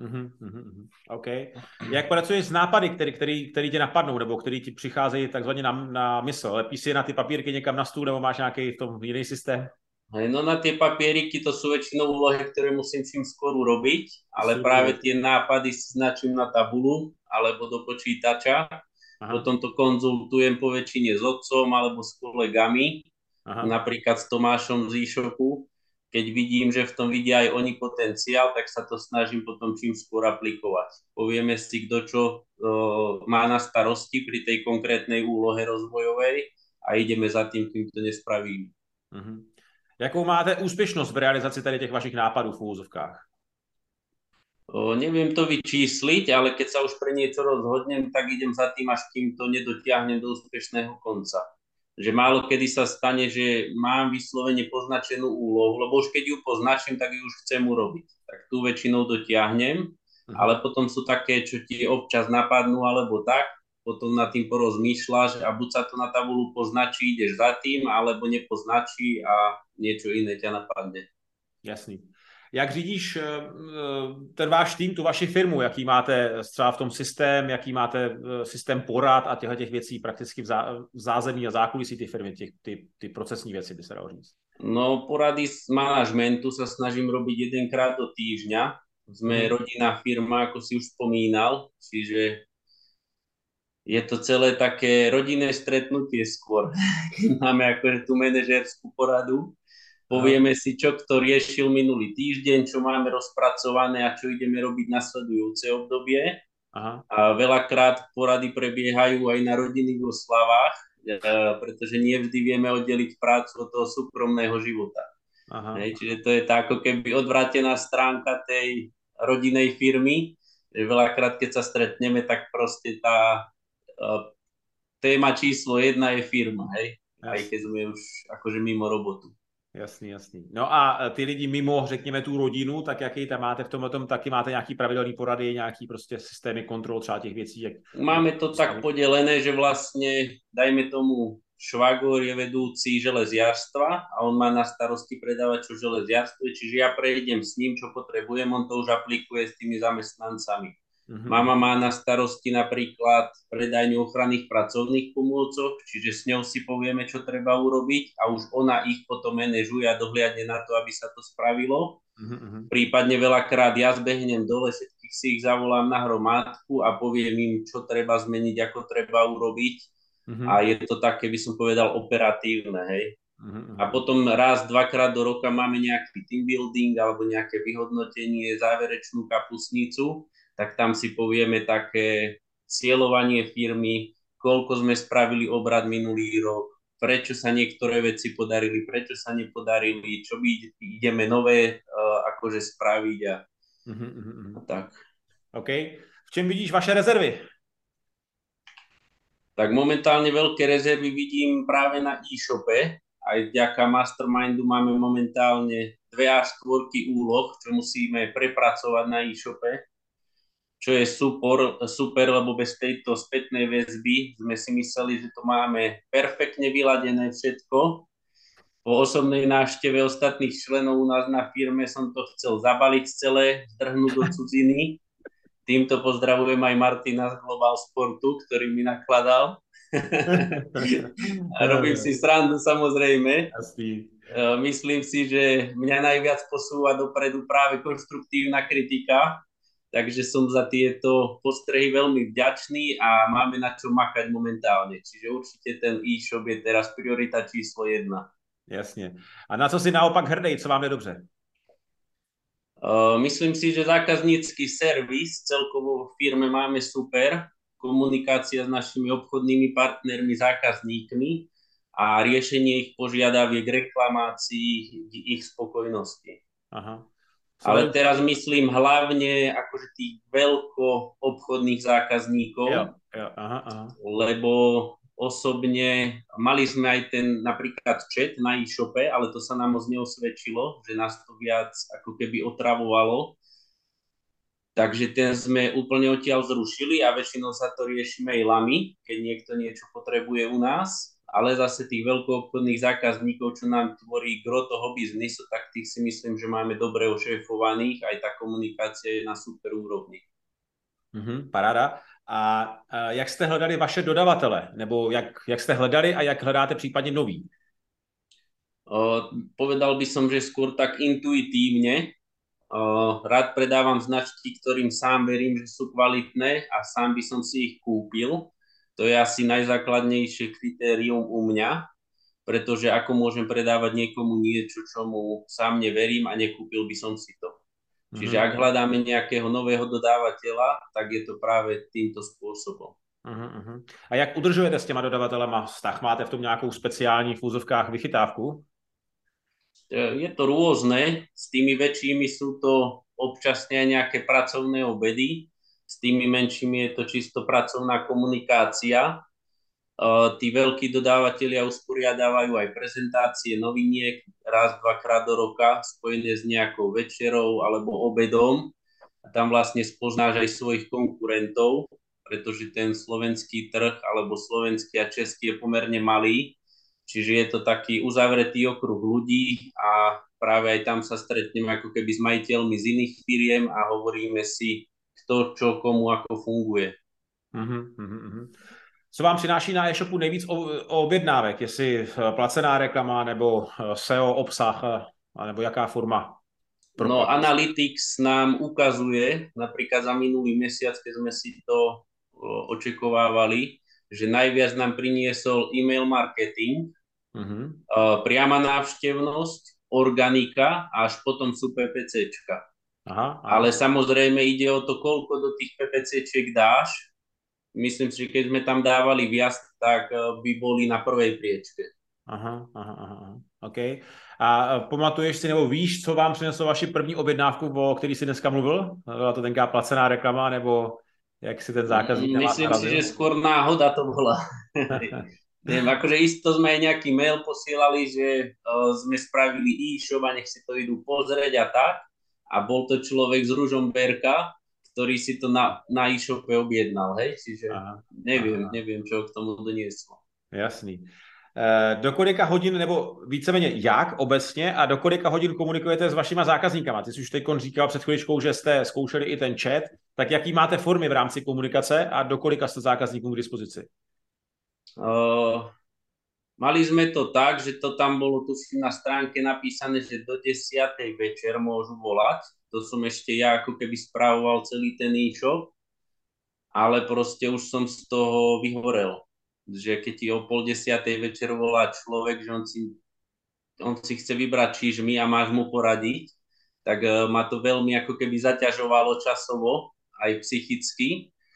OK. Jak pracuješ s nápady, který tě napadnou, nebo který ti přicházejí takzvaně na mysl? Lepíš si je na ty papírky někam na stůl, nebo máš nějaký v tom jiný systém? No na tie papieriky to sú väčšinou úlohy, ktoré musím čím skôr urobiť, ale práve tie nápady si značím na tabulu alebo do počítača. Aha. Potom to konzultujem po väčšine s otcom alebo s kolegami, aha, napríklad s Tomášom z e-shopu. Keď vidím, že v tom vidia aj oni potenciál, tak sa to snažím potom čím skôr aplikovať. Povieme si, kto čo má na starosti pri tej konkrétnej úlohe rozvojovej a ideme za tým, kým to nespravíme. Mhm. Jakou máte úspěšnost v realizaci tady těch vašich nápadů v úvozovkách? Neviem to vyčísliť, ale keď sa už pre niečo rozhodnem, tak idem za tým, až kým to nedotiahnem do úspešného konca. Že málo kedy sa stane, že mám vyslovene poznačenú úlohu, lebo už keď ju poznačím, tak ju už chcem urobiť. Tak tu väčšinou dotiahnem, ale potom sú také, čo ti občas napadnú alebo tak, potom nad tým porozmýšľaš a buď sa to na tabulu poznačí, ideš za tým, alebo nepoznačí a niečo iné ťa napadne. Jasný. Jak řídíš ten váš tým, tu vaši firmu, jaký máte třeba v tom systém, jaký máte systém porad a těch věcí prakticky v zázemí a zákulisí ty firmy, ty procesní věci, by se dalo říct? No, porady z manažmentu sa snažím robiť jedenkrát do týždňa. Sme rodinná firma, ako si už spomínal, čiže je to celé také rodinné stretnutie skôr. Máme akože tú manažerskú poradu. Povieme si, čo kto riešil minulý týždeň, čo máme rozpracované a čo ideme robiť nasledujúce obdobie. Aha. A veľakrát porady prebiehajú aj na rodinných oslavách, pretože nie vždy vieme oddeliť prácu od toho súkromného života. Aha. Čiže to je tá ako keby odvrátená stránka tej rodinnej firmy, že veľakrát, keď sa stretneme, tak proste tá téma číslo 1 je firma, hej? Aj keď sme už akože mimo robotu. Jasný. No a ty lidi mimo, řekněme, tu rodinu, tak jaký tam máte v tom taky máte nějaký pravidelný porady, nějaký prostě systémy kontrol třeba těch věcí? Jak... Máme to tak podelené, že vlastne, dajme tomu, švagor je vedúci železiarstva a on má na starosti predávačov železiarstva, čiže ja prejdem s ním, čo potrebujem, on to už aplikuje s tými zamestnancami. Mama má na starosti napríklad predajňu ochranných pracovných pomôcok, čiže s ňou si povieme, čo treba urobiť a už ona ich potom manažuje a dohliadne na to, aby sa to spravilo. Prípadne veľakrát ja zbehnem dole, všetkých si ich zavolám na hromádku a poviem im, čo treba zmeniť, ako treba urobiť. A je to také, by som povedal, operatívne, hej. A potom raz, dvakrát do roka máme nejaký team building alebo nejaké vyhodnotenie, záverečnú kapusnicu, tak tam si povieme také cieľovanie firmy, koľko sme spravili obrad minulý rok, prečo sa niektoré veci podarili, prečo sa nepodarili, čo by ideme nové akože spraviť a tak. OK. V čem vidíš vaše rezervy? Tak momentálne veľké rezervy vidím práve na e-shope. Aj vďaka Mastermindu máme momentálne 2 až 4 úloh, čo musíme prepracovať na e-shope, čo je super, lebo bez tejto spätnej väzby sme si mysleli, že to máme perfektne vyladené všetko. Po osobnej návšteve ostatných členov u nás na firme som to chcel zabaliť celé, zdrhnúť do cudziny. Týmto pozdravujem aj Martina z Global Sportu, ktorý mi nakladal. A robím si srandu, samozrejme. Myslím si, že mňa najviac posúva dopredu práve konštruktívna kritika, takže som za tieto postrehy veľmi vďačný a máme na čo makať momentálne. Čiže určite ten e-shop je teraz priorita číslo 1. Jasně. A na co si naopak hrdej, co vám jde dobře? Myslím si, že zákaznícky servis celkovo v firme máme super, komunikácia s našimi obchodnými partnermi, zákazníkmi a riešenie ich požiadaviek, reklamácií, ich spokojnosti. Aha. Ale teraz myslím hlavne akože tých veľko obchodných zákazníkov, aha. lebo osobne mali sme aj ten napríklad chat na e-shope, ale to sa nám moc neosvedčilo, že nás to viac ako keby otravovalo. Takže ten sme úplne odtiaľ zrušili a väčšinou sa to rieši mailami, keď niekto niečo potrebuje u nás. Ale zase tých veľkoobchodných zákazníkov, čo nám tvorí gro toho biznisu, tak tých si myslím, že máme dobre ošéfovaných, aj tá komunikácia je na super úrovni. Paráda. A jak jste hledali vaše dodavatele? Nebo jak jste hledali a jak hledáte případně nový? Povedal by som, že skôr tak intuitívne. Rád predávam značky, ktorým sám verím, že sú kvalitné a sám by som si ich kúpil. To je asi najzákladnejšie kritérium u mňa, pretože ako môžem predávať niekomu niečo, čomu sám neverím a nekúpil by som si to. Čiže ak hľadáme nejakého nového dodávateľa, tak je to práve týmto spôsobom. A jak udržujete s těma dodavatelema vztah? Máte v tom nějakou speciální v úzovkách vychytávku? Je to rôzne. S tými väčšími sú to občasne aj nejaké pracovné obedy. S tými menšími je to čisto pracovná komunikácia. Tí veľkí dodávateľia usporiadávajú aj prezentácie noviniek raz, dvakrát do roka spojené s nejakou večerou alebo obedom. A tam vlastne spoznáš aj svojich konkurentov, pretože ten slovenský trh alebo slovenský a český je pomerne malý. Čiže je to taký uzavretý okruh ľudí a práve aj tam sa stretneme ako keby s majiteľmi z iných firiem a hovoríme si, kto čo komu ako funguje. Co vám přináší na e-shopu nejvíc objednávek? Jestli placená reklama nebo SEO obsah, nebo jaká forma? No, Analytics nám ukazuje, napríklad za minulý mesiac, keď sme si to očakovávali, že najviac nám priniesol e-mail marketing, priama návštevnosť, organika a až potom sú PPCčka. Aha. Ale samozrejme ide o to, koľko do tých PPCčiek dáš. Myslím si, že keď sme tam dávali viac, tak by boli na prvej priečke. Aha. OK. A pamatuješ si, nebo víš, co vám přineslo vaši první objednávku, o který si dneska mluvil? Byla to tenká placená reklama, nebo jak si ten zákazník na vás Myslím si, že skôr náhoda to bola. Neviem, akože isto sme aj nejaký mail posielali, že sme spravili e-shop a nech si to idú pozrieť a tak. A bol to človek z Ružomberka, ktorý si to na e-shope objednal, hej? Čiže neviem, čo k tomu donieslo. Jasný. Do kolika hodin, nebo víceméně jak obecně a do kolika hodin komunikujete s vašima zákazníkama? Ty jsi už teď říkal před chviličkou, že jste zkoušeli i ten chat, tak jaký máte formy v rámci komunikace a do kolika jste zákazníkům k dispozici? Mali sme to tak, že to tam bolo tuším na stránke napísané, že do 10. večer môžu volať. To som ešte ja ako keby spravoval celý ten e-shop, ale proste už som z toho vyhorel. Že keď ti o 9:30 večer volá človek, že on si chce vybrať čižmy a máš mu poradiť, tak ma to veľmi ako keby zaťažovalo časovo, aj psychicky.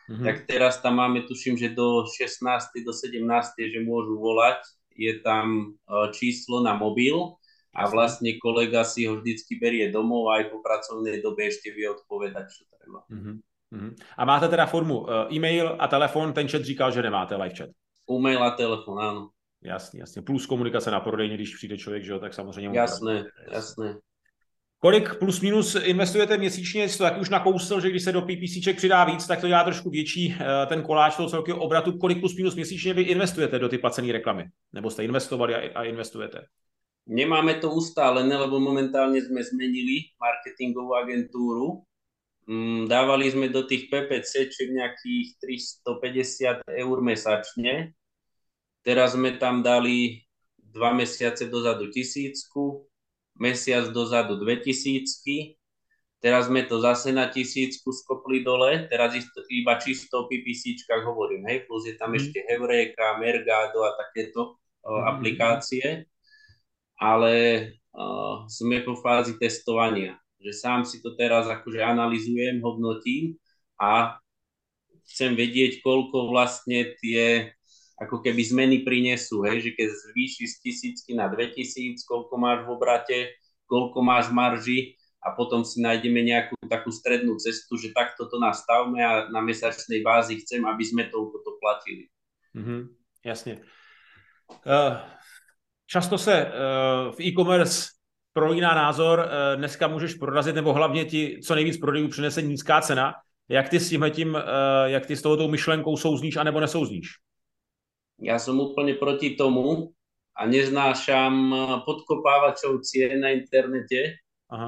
tak teraz tam máme, tuším, že do 16. do 17. že môžu volať, je tam číslo na mobil a vlastne kolega si ho vždycky berie domov a aj po pracovnej dobe ešte vie odpovedať, čo treba. A máte teda formu e-mail a telefon, ten chat říkal, že nemáte live chat. E-mail a telefon, áno. Jasně. Plus komunikace na prodejně, když přijde člověk, že jo, tak samozřejmě... Jasné. Kolik plus minus investujete měsíčně? Jsi to taky už nakousl, že když se do PPCček přidá víc, tak to dělá trošku větší ten koláč toho celkového obratu. Kolik plus minus měsíčně vy investujete do ty placené reklamy? Nebo jste investovali a investujete? Nemáme to ustálené, lebo momentálne sme zmenili marketingovú agentúru. Dávali sme do tých PPCček nejakých 350 eur mesačne. Teraz sme tam dali 2 mesiace dozadu 1000, mesiac dozadu 2000. Teraz sme to zase na 1000 skopli dole. Teraz iba čisto o PPCčkách hovorím. Hej? Plus je tam ešte Heureka, Mergado a takéto aplikácie. Ale sme po fázi testovania. Že sám si to teraz akože analyzujem, hodnotím a chcem vedieť, koľko vlastne tie ako keby zmeny prinesú, hej, že keď zvýši z 1000 na 2000, koľko máš v obrate, koľko máš marži a potom si nájdeme nejakú takú strednú cestu, že takto to nastavme a na mesačnej bázi chcem, aby sme toľko to platili. Jasně. Často se v e-commerce prolíná názor, dneska můžeš prorazit, nebo hlavně ti co nejvíc prodejů přinese nízká cena. Jak ty s tímhletím, jak ty s touto myšlenkou souzníš anebo nesouzníš? Ja som úplne proti tomu a neznášam podkopávačov cien na internete,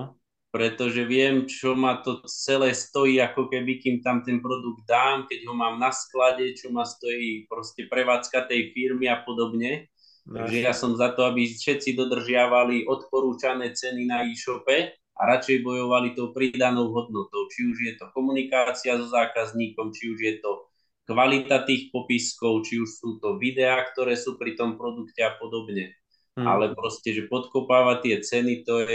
pretože viem, čo ma to celé stojí, ako keby kým tam ten produkt dám, keď ho mám na sklade, čo ma stojí proste prevádzka tej firmy a podobne. Takže ja som za to, aby všetci dodržiavali odporúčané ceny na e-shope a radšej bojovali tou pridanou hodnotou. Či už je to komunikácia so zákazníkom, či už je to kvalita tých popiskov, či už sú to videá, ktoré sú pri tom produkte a podobne. Ale proste, že podkopávať tie ceny,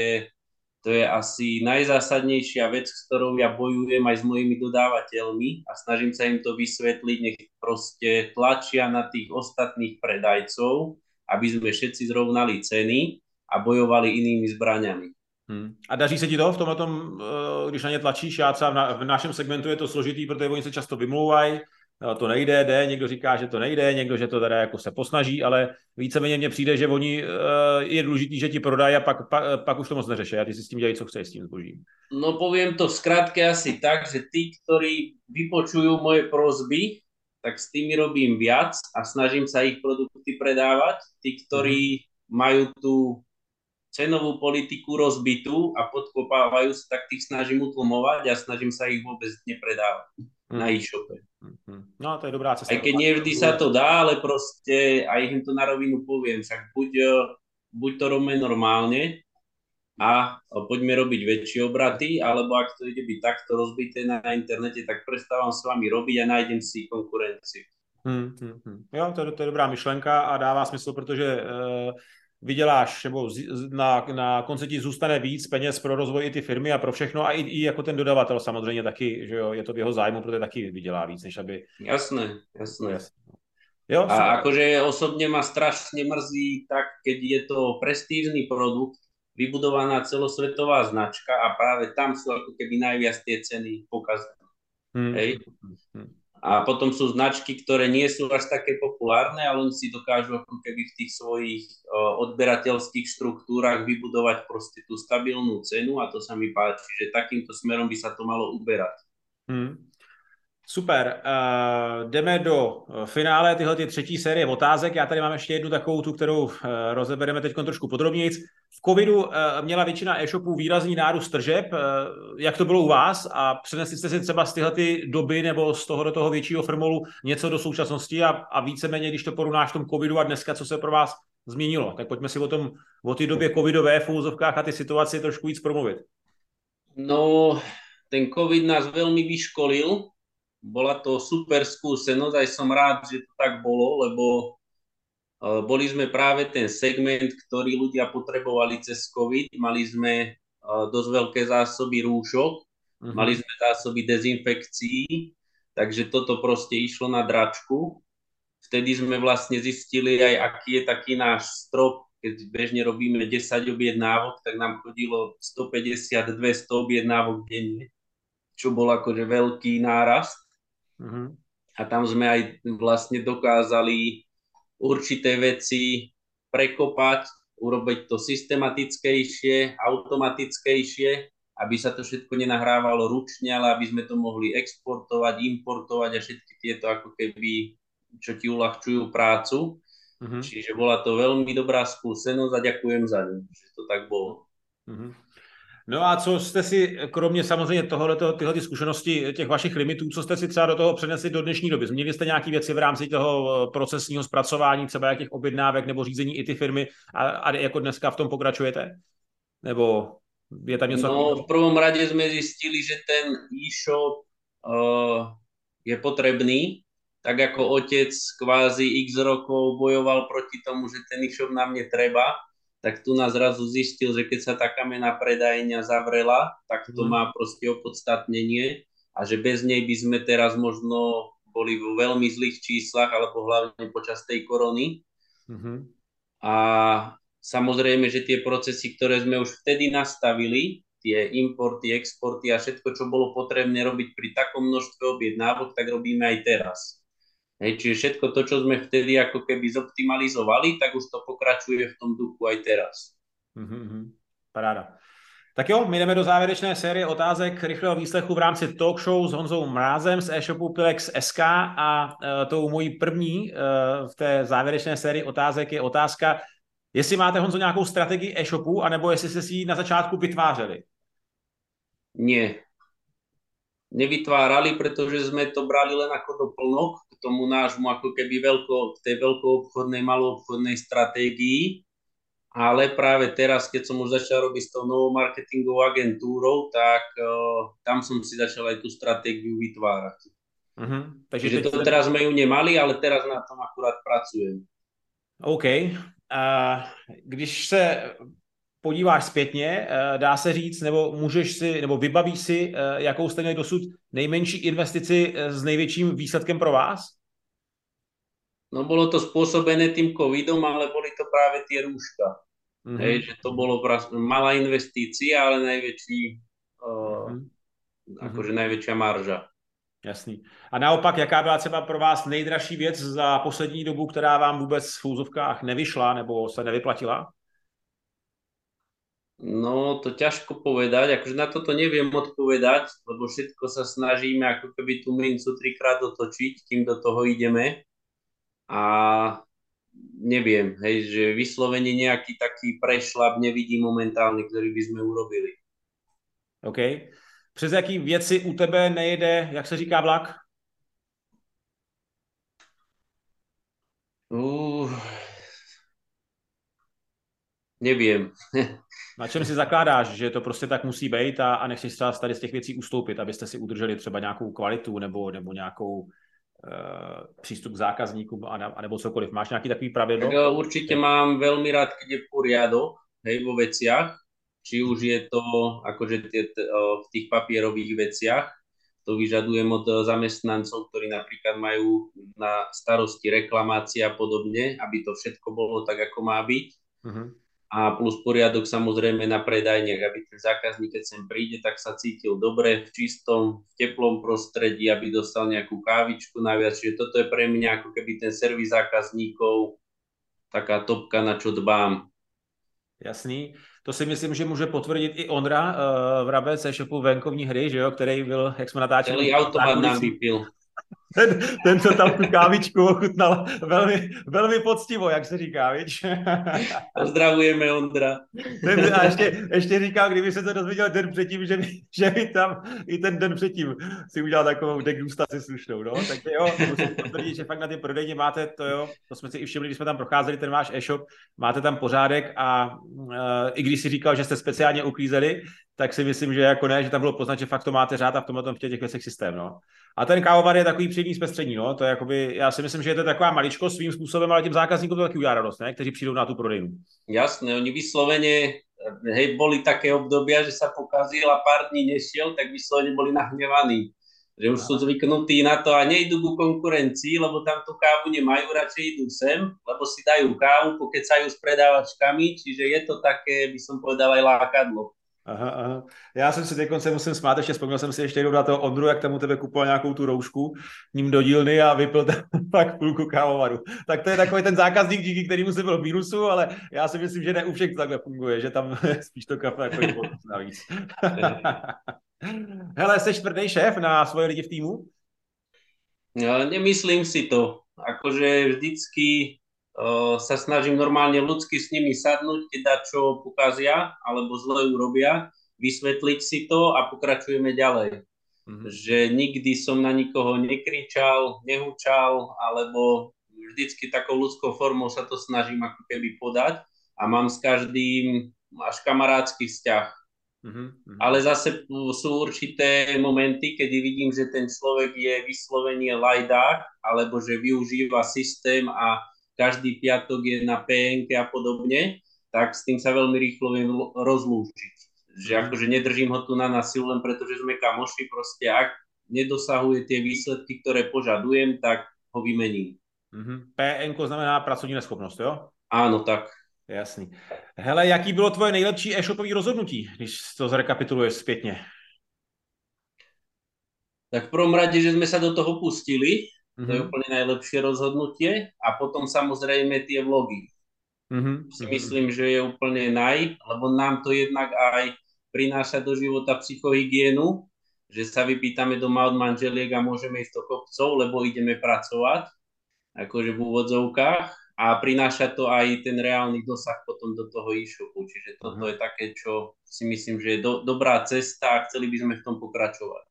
to je asi najzásadnejšia vec, s ktorou ja bojujem aj s mojimi dodávateľmi a snažím sa im to vysvetliť, nech proste tlačia na tých ostatných predajcov, aby sme všetci zrovnali ceny a bojovali inými zbraňami. A daří se ti to v tomhletom, když na ně tlačíš? Já třeba v našem segmentu je to složitý, protože oni se často vymlouvají, to nejde, někdo říká, že to nejde, někdo, že to teda jako se posnaží, ale víceméně mně přijde, že oni je důležitý, že ti prodají a pak už to moc neřeší a ty si s tím dělají, co chceš s tím zbožím. No poviem to v skratke asi tak, že tí, ktorí vypočujú moje prosby, tak s tými robím viac a snažím sa ich produkty predávať. Tí, ktorí majú tú cenovú politiku rozbitú a podkopávajú sa, tak tých snažím utlmovať a snažím sa ich vôbec nepredávať na e-shope. No, to je dobrá cesta. Aj keď nevždy sa to dá, ale proste aj im to na rovinu poviem. Však buď to robíme normálne a poďme robiť väčšie obraty, alebo ak to ide byť takto rozbité na internete, tak prestávam s vami robiť a nájdem si konkurenciu. Jo, to je dobrá myšlenka a dává smysl, protože vyděláš, nebo na konci ti zůstane víc peněz pro rozvoj i ty firmy a pro všechno a i jako ten dodavatel samozřejmě taky, že jo, je to v jeho zájmu, protože taky vydělá víc, než aby... Jasné. Jo, a akože osobne ma strašne mrzí tak, keď je to prestížny produkt, vybudovaná celosvetová značka a práve tam sú ako keby najviac tie ceny pokazané. Hej? A potom sú značky, ktoré nie sú až také populárne, ale oni si dokážu ako keby v tých svojich odberateľských štruktúrach vybudovať proste tú stabilnú cenu a to sa mi páči, že takýmto smerom by sa to malo uberať. Super. Jdeme do finále tyhle třetí série otázek. Já tady mám ještě jednu takovou tu, kterou rozebereme teď trošku podrobněji. V covidu měla většina e-shopů výrazný nárůst tržeb. Jak to bylo u vás? A přenesli jste si třeba z tyhle doby nebo z toho do toho většího firmolu něco do současnosti a víceméně, když to porovnáš v tom covidu a dneska, co se pro vás změnilo? Tak pojďme si o té době covidové v úzovkách a ty situaci trošku víc promluvit. No, ten covid nás veľmi vyškolil. Bola to super skúsenosť, aj som rád, že to tak bolo, lebo boli sme práve ten segment, ktorý ľudia potrebovali cez COVID. Mali sme dosť veľké zásoby rúšok, mali sme zásoby dezinfekcií takže toto proste išlo na dračku. Vtedy sme vlastne zistili aj, aký je taký náš strop. Keď bežne robíme 10 objednávok, tak nám chodilo 150-200 objednávok denne, čo bol akože veľký nárast. A tam sme aj vlastne dokázali určité veci prekopať, urobiť to systematickejšie, automatickejšie, aby sa to všetko nenahrávalo ručne, ale aby sme to mohli exportovať, importovať a všetky tieto ako keby, čo ti uľahčujú prácu. Čiže bola to veľmi dobrá skúsenosť a ďakujem za ňu, že to tak bolo. No a co jste si, kromě samozřejmě tyhle zkušenosti těch vašich limitů, co jste si třeba do toho přenesli do dnešní doby? Změnili jste nějaké věci v rámci toho procesního zpracování, třeba jakých objednávek nebo řízení i ty firmy a jako dneska v tom pokračujete? Nebo je tam něco? No, v prvom rade sme zistili, že ten e-shop je potrebný, tak ako otec kvázi x rokov bojoval proti tomu, že ten e-shop nám netreba, tak tu nás zrazu zistil, že keď sa tá kamenná predajňa zavrela, tak to má proste opodstatnenie a že bez nej by sme teraz možno boli vo veľmi zlých číslach, alebo hlavne počas tej korony. A samozrejme, že tie procesy, ktoré sme už vtedy nastavili, tie importy, exporty a všetko, čo bolo potrebné robiť pri takom množstve objednávok, tak robíme aj teraz. Hej, čiže všetko to, čo sme vtedy ako keby zoptimalizovali, tak už to pokračuje v tom duchu aj teraz. Paráda. Tak jo, my jdeme do závěrečné série otázek rychlého výslechu v rámci talk show s Honzou Mrázem z e-shopu Pilex.sk a tou mojí první v té závěrečné sérii otázek je otázka, jestli máte, Honzo, nějakou strategii e-shopu, anebo jestli jste si ji na začátku vytvářeli? Nie. Nevytvárali, pretože sme to brali len ako doplnok k tomu nášmu ako keby tej veľkoobchodnej, maloobchodnej stratégii, ale práve teraz, keď som už začal robiť s tou novou marketingovou agentúrou, tak tam som si začal aj tú stratégiu vytvárať. Takže to teraz sme ju nemali, ale teraz na tom akurát pracujem. OK. Když se podíváš zpětně, dá se říct, nebo můžeš si, nebo vybavíš si, jakou jste měli dosud nejmenší investici s největším výsledkem pro vás? No bolo to spôsobené tým covidom, ale boli to práve tie rúška. Hej, že to bolo malá investícia, ale najväčšia marža. Jasný. A naopak, jaká byla třeba pro vás nejdražší věc za poslední dobu, která vám vůbec v úzovkách nevyšla nebo se nevyplatila? No, to ťažko povedať, akože na toto neviem odpovedať, lebo všetko sa snažíme ako keby tú mincu 3-krát otočiť, kým do toho ideme. A neviem, hej, že vyslovene nejaký taký prešlap nevidím momentálny, ktorý by sme urobili. OK. Přes jaký věci u tebe nejde, jak se říká, vlak? Neviem. Na čem si zakládáš, že to prostě tak musí být a nechceš třeba tady z těch věcí ustoupit, abyste si udrželi třeba nějakou kvalitu nebo nějakou přístup k zákazníkům anebo cokoliv. Máš nějaký takový pravidlo? Tak určite mám veľmi rád, keď je poriadok, hej, vo veciach. Či už je to akože v tých papierových veciach. To vyžadujem od zamestnancov, ktorí napríklad majú na starosti reklamácie a podobne, aby to všetko bolo tak, ako má byť. A plus poriadok samozrejme na predajniach, aby ten zákazník, keď sem príde, tak sa cítil dobre, v čistom, v teplom prostredí, aby dostal nejakú kávičku naviac. Čiže toto je pre mňa ako keby ten servis zákazníkov, taká topka, na čo dbám. Jasný. To si myslím, že může potvrdit i Ondra Vrabec e-shopu Venkovní hry, že jo, který byl, jak jsme natáčeli. Celý automat nám vypil. Ten, co tam tu kávičku ochutnal velmi, velmi poctivo, jak se říká, víš? Pozdravujeme, Ondra. A ještě říkal, kdyby se to dozvěděl den předtím, že by tam i ten den předtím si udělal takovou degustaci slušnou, no? Takže jo, musím potvrdit, že fakt na ty prodejně máte to, jo, to jsme si i všimli, když jsme tam procházeli ten váš e-shop, máte tam pořádek a i když si říkal, že jste speciálně uklízeli, tak si myslím, že jako ne, že tam bylo poznat, že fakt to máte řád a v tomhle tom v těch věcech systém, no. A ten kávovar je takový příjemný zpestření, no, to je jakoby, já si myslím, že je to taková maličkost svým způsobem, ale těm zákazníkům to taky udělá radost, ne, kteří přijdou na tu prodejnu. Jasné, oni vyslovene, hej, boli také obdobia, že sa pokazil a pár dní nešiel, tak vyslovene boli nahnevaní, že už sú zvyknutí na to a nejdú ku konkurencii, lebo tam tú kávu nemajú, radšej idú sem, lebo si dajú kávu, pokecajú s predávačkami, čiže je to také, by som povedal, aj lákadlo. Aha, aha. Já jsem si teď se musím smát, ještě vzpomněl jsem si ještě jednou na toho Ondru, jak tam u tebe kupoval nějakou tu roušku ním do dílny a vypil tam pak půlku kávovaru. Tak to je takový ten zákazník, díky kterému jsi byl v mínusu, ale já si myslím, že ne u všech to takhle funguje, že tam spíš to kafe jako navíc. Hele, jsi čtvrtý šéf na svoje lidi v týmu? No, nemyslím si to. Akože vždycky sa snažím normálne ľudsky s nimi sadnúť, keď čo pokazia alebo zle urobia, vysvetliť si to a pokračujeme ďalej. Že nikdy som na nikoho nekričal, nehúčal, alebo vždycky takou ľudskou formou sa to snažím ako keby podať a mám s každým až kamarátsky vzťah. Ale zase sú určité momenty, kedy vidím, že ten človek je vyslovene lajdák, alebo že využíva systém a každý piatok je na PNK a podobne, tak s tým sa veľmi rýchlo viem rozlúčiť. Že akože nedržím ho tu na silu len preto, že sme kamoši, proste ak nedosahuje tie výsledky, ktoré požadujem, tak ho vymením. PNko znamená pracovní neschopnost, jo? Áno, tak. Jasný. Hele, jaký bylo tvoje nejlepší e-shopový rozhodnutí, když to zrekapituluješ zpětně? Tak v prvom rade, že sme sa do toho pustili, to je úplne najlepšie rozhodnutie a potom samozrejme tie vlogy. Si myslím, že je úplne lebo nám to jednak aj prináša do života psychohygienu, že sa vypýtame doma od manželiek a môžeme ísť do kopcov, lebo ideme pracovať, akože v úvodzovkách. A prináša to aj ten reálny dosah potom do toho e-shopu. Čiže toto je také, čo si myslím, že je dobrá cesta a chceli by sme v tom pokračovať.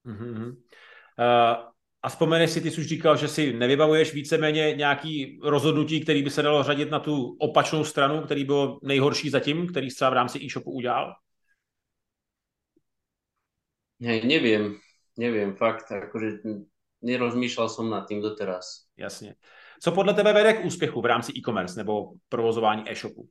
A vzpomeneš si, ty jsi už říkal, že si nevybavuješ víceméně nějaký rozhodnutí, který by se dalo řadit na tu opačnou stranu, který byl nejhorší zatím, který jsi třeba v rámci e-shopu udělal? Neviem, fakt, akože nerozmýšľal som nad tým doteraz. Jasně. Co podle tebe vede k úspěchu v rámci e-commerce nebo provozování e-shopu?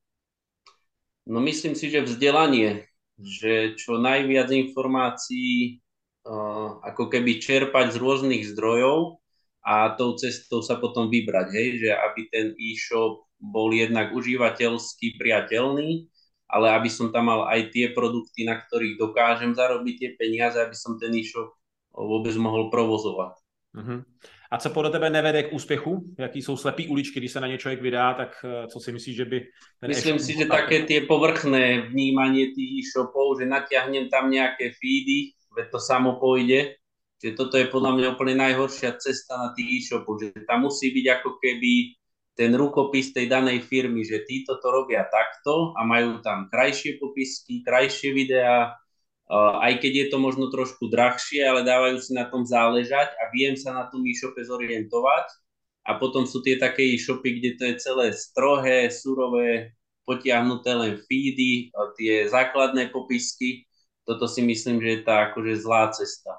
No myslím si, že vzdelanie, že čo najviac informácií ako keby čerpať z rôznych zdrojov a tou cestou sa potom vybrať, hej, že aby ten e-shop bol jednak užívateľsky priateľný, ale aby som tam mal aj tie produkty, na ktorých dokážem zarobiť tie peniaze, aby som ten e-shop vôbec mohol provozovať. A co podle tebe nevede k úspěchu? Jaký jsou slepý uličky, když se na ně člověk vydá, tak co si myslíš, že by... Myslím si, že také tie povrchné vnímanie tých e-shopov, že natiahnem tam nejaké feedy, veď to samo pôjde. Čiže toto je podľa mňa úplne najhoršia cesta na tých e-shopoch, že tam musí byť ako keby ten rukopis tej danej firmy, že títo to robia takto a majú tam krajšie popisky, krajšie videá, aj keď je to možno trošku drahšie, ale dávajú si na tom záležať a viem sa na tom e-shope zorientovať. A potom sú tie také e-shopy, kde to je celé strohé, surové, potiahnuté len feedy, tie základné popisky. Toto si myslím, že je tá akože zlá cesta.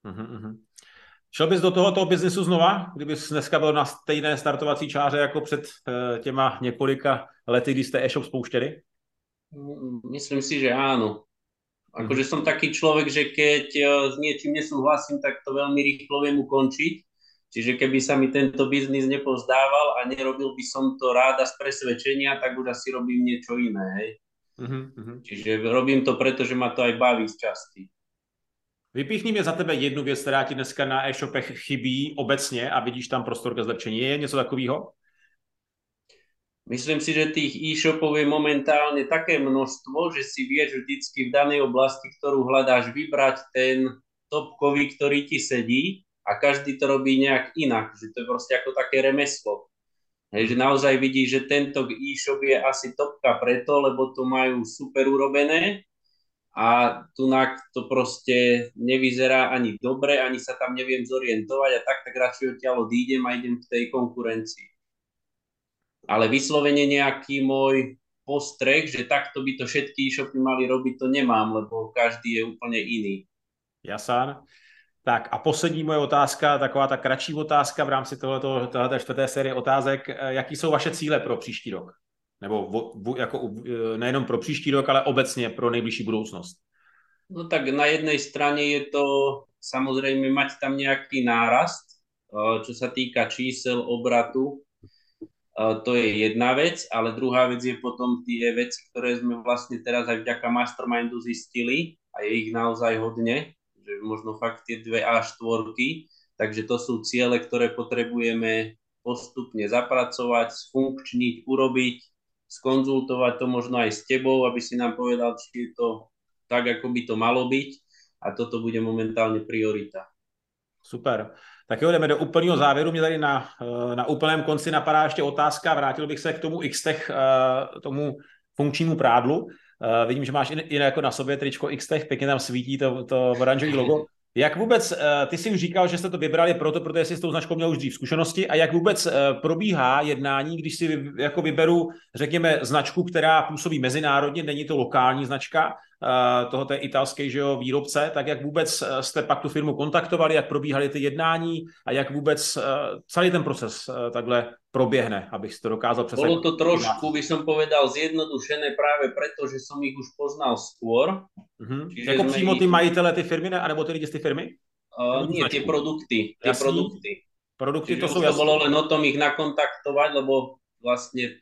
Šel bys do tohoto biznesu znova, kdybys dneska byl na stejné startovací čáře jako před těma několika lety, kdy jste e-shop spouštěli? Myslím si, že áno. Akože som taký človek, že keď s niečím nesúhlasím, tak to veľmi rýchlo viem ukončiť. Čiže keby sa mi tento biznis nepozdával a nerobil by som to ráda z presvedčenia, tak už asi robím niečo iné. Hej? Čiže robím to preto, že ma to aj baví z časti. Vypíchni mě za tebe jednu věc, která ti dneska na e-shopech chybí obecně a vidíš tam prostor ke zlepšení. Je něco takového? Myslím si, že tých e-shopov je momentálne také množstvo, že si vieš vždycky v danej oblasti, ktorú hľadáš, vybrať ten topkový, ktorý ti sedí a každý to robí nejak inak, že to je proste ako také remeslo. Hej, že naozaj vidíš, že tento e-shop je asi topka preto, lebo to majú super urobené a tunak to proste nevyzerá ani dobre, ani sa tam neviem zorientovať a tak radšej odtiaľ odídem a idem v tej konkurencii. Ale vyslovene nejaký môj postreh, že takto by to všetky e-shopy mali robiť, to nemám, lebo každý je úplne iný. Jasán. Tak a poslední moje otázka, taková ta kratší otázka v rámci tohleté čtvrté série otázek. Jaký jsou vaše cíle pro příští rok? Nebo jako nejenom pro příští rok, ale obecně pro nejbližší budoucnost? No tak na jednej strane je to samozrejme mať tam nejaký nárast, čo sa týka čísel, obratu, to je jedna vec, ale druhá vec je potom tie veci, ktoré sme vlastne teraz aj vďaka Mastermindu zistili, a je ich naozaj hodne, že možno fakt tie 2 A4, takže to sú ciele, ktoré potrebujeme postupne zapracovať, sfunkčniť, urobiť, skonzultovať to možno aj s tebou, aby si nám povedal, či je to tak, ako by to malo byť, a toto bude momentálne priorita. Super. Tak jo, jdeme do úplného závěru. Mě tady na úplném konci napadá ještě otázka. Vrátil bych se k tomu X-Tech, tomu funkčnímu prádlu. Vidím, že máš i jako na sobě tričko X-Tech, pěkně tam svítí to oranžové logo. Jak vůbec, ty jsi už říkal, že jste to vybrali protože jsi s tou značkou měl už dřív zkušenosti, a jak vůbec probíhá jednání, když si jako vyberu, řekněme, značku, která působí mezinárodně, není to lokální značka, toho je italský, že jo, výrobce, tak jak vůbec jste pak tu firmu kontaktovali, jak probíhaly ty jednání a jak vůbec celý ten proces takhle proběhne, abych si to dokázal představit. Bolo to trošku, by som povedal, zjednodušené práve preto, že som ich už poznal skôr. Jako přímo ty majitele ty firmy, anebo ty lidi z ty firmy? Nie, tie produkty. Produkty to sú jasné. To bolo len o tom ich nakontaktovať, lebo vlastne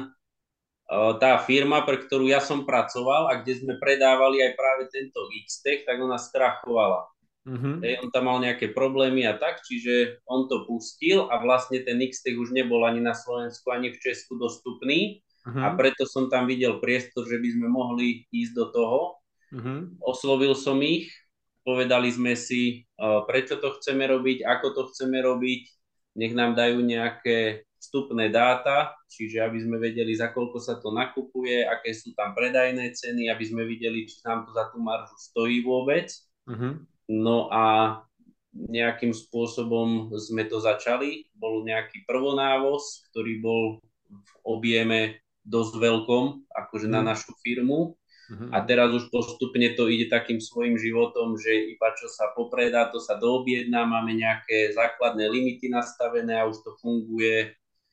tá firma, pre ktorú ja som pracoval a kde sme predávali aj práve tento X-Tech, tak ona skrachovala. On tam mal nejaké problémy a tak, čiže on to pustil a vlastne ten X-Tech už nebol ani na Slovensku, ani v Česku dostupný, a preto som tam videl priestor, že by sme mohli ísť do toho. Oslovil som ich, povedali sme si, prečo to chceme robiť, ako to chceme robiť, nech nám dajú nejaké vstupné dáta, čiže aby sme vedeli, za koľko sa to nakupuje, aké sú tam predajné ceny, aby sme videli, či nám to za tú maržu stojí vôbec. No a nejakým spôsobom sme to začali. Bol nejaký prvonávoz, ktorý bol v objeme dosť veľkom, akože na našu firmu. A teraz už postupne to ide takým svojím životom, že iba čo sa popredá, to sa doobjedná, máme nejaké základné limity nastavené a už to funguje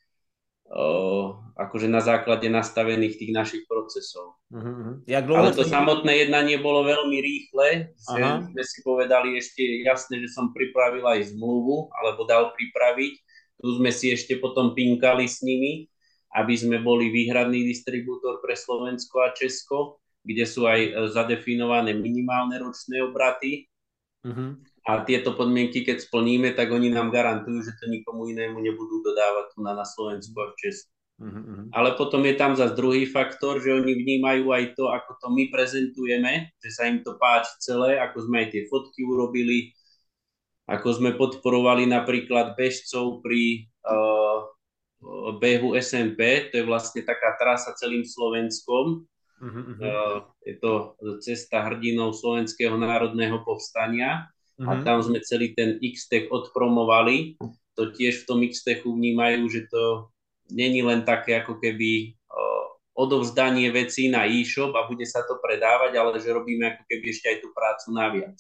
akože na základe nastavených tých našich procesov. Ale to samotné jednanie bolo veľmi rýchle, že sme si povedali ešte jasne, že som pripravil aj zmluvu, alebo dal pripraviť. Tu sme si ešte potom pinkali s nimi, aby sme boli výhradný distribútor pre Slovensko a Česko, kde sú aj zadefinované minimálne ročné obraty. A tieto podmienky, keď splníme, tak oni nám garantujú, že to nikomu inému nebudú dodávať tu na Slovensku a v Česku. Ale potom je tam zase druhý faktor, že oni vnímajú aj to, ako to my prezentujeme, že sa im to páči celé, ako sme aj tie fotky urobili, ako sme podporovali napríklad bežcov pri behu SMP, to je vlastne taká trasa celým Slovenskom. Je to cesta hrdinov Slovenského národného povstania. A tam sme celý ten X-Tech odpromovali. To tiež v tom X-Techu vnímajú, že to není len také ako keby odovzdanie vecí na e-shop a bude sa to predávať, ale že robíme ako keby ešte aj tú prácu naviac.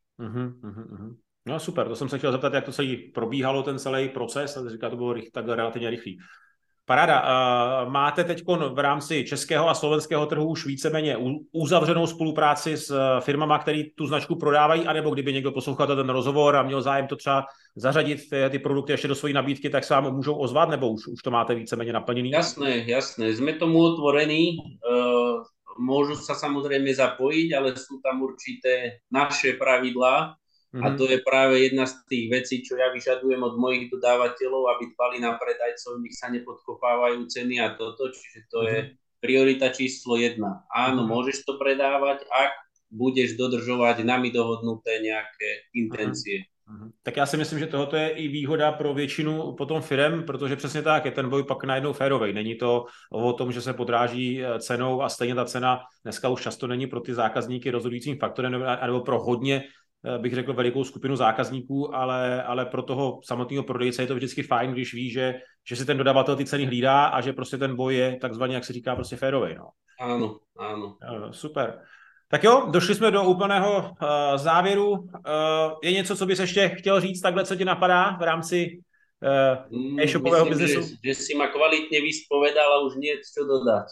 No super, to jsem se chtěl zeptat, jak to celý probíhalo, ten celý proces, a říká, to bylo tak relativně rychlý. Paráda. Máte teď v rámci českého a slovenského trhu už víceméně uzavřenou spolupráci s firmama, které tu značku prodávají, anebo kdyby někdo poslouchal ten rozhovor a měl zájem to třeba zařadit ty produkty ještě do své nabídky, tak se vám můžou ozvat, nebo už to máte víceméně naplněný? Jasné. Sme tomu otvorení. Môžu sa samozrejme zapojiť, ale sú tam určité naše pravidlá. A to je práve jedna z tých vecí, čo ja vyžadujem od mojich dodávateľov, aby dbali na predajcov, nech sa nepodkopávajú ceny a toto, čiže to je priorita číslo 1. Áno, môžeš to predávať, ak budeš dodržovať nami dohodnuté nejaké intencie. Tak já si myslím, že tohoto je i výhoda pro většinu potom firem, protože přesně tak je ten boj pak najednou férovej. Není to o tom, že se podráží cenou a stejně ta cena dneska už často není pro ty zákazníky rozhodujícím faktorem nebo pro hodně, bych řekl, velikou skupinu zákazníků, ale pro toho samotného prodejce je to vždycky fajn, když ví, že si ten dodavatel ty ceny hlídá a že prostě ten boj je takzvaně, jak se říká, prostě férovej. No. Áno. Super. Tak jo, došli jsme do úplného závěru. Je něco, co bys ještě chtěl říct, takhle, co ti napadá v rámci e-shopového biznesu? Že si ma kvalitne vyspovedal a už nie čo dodať.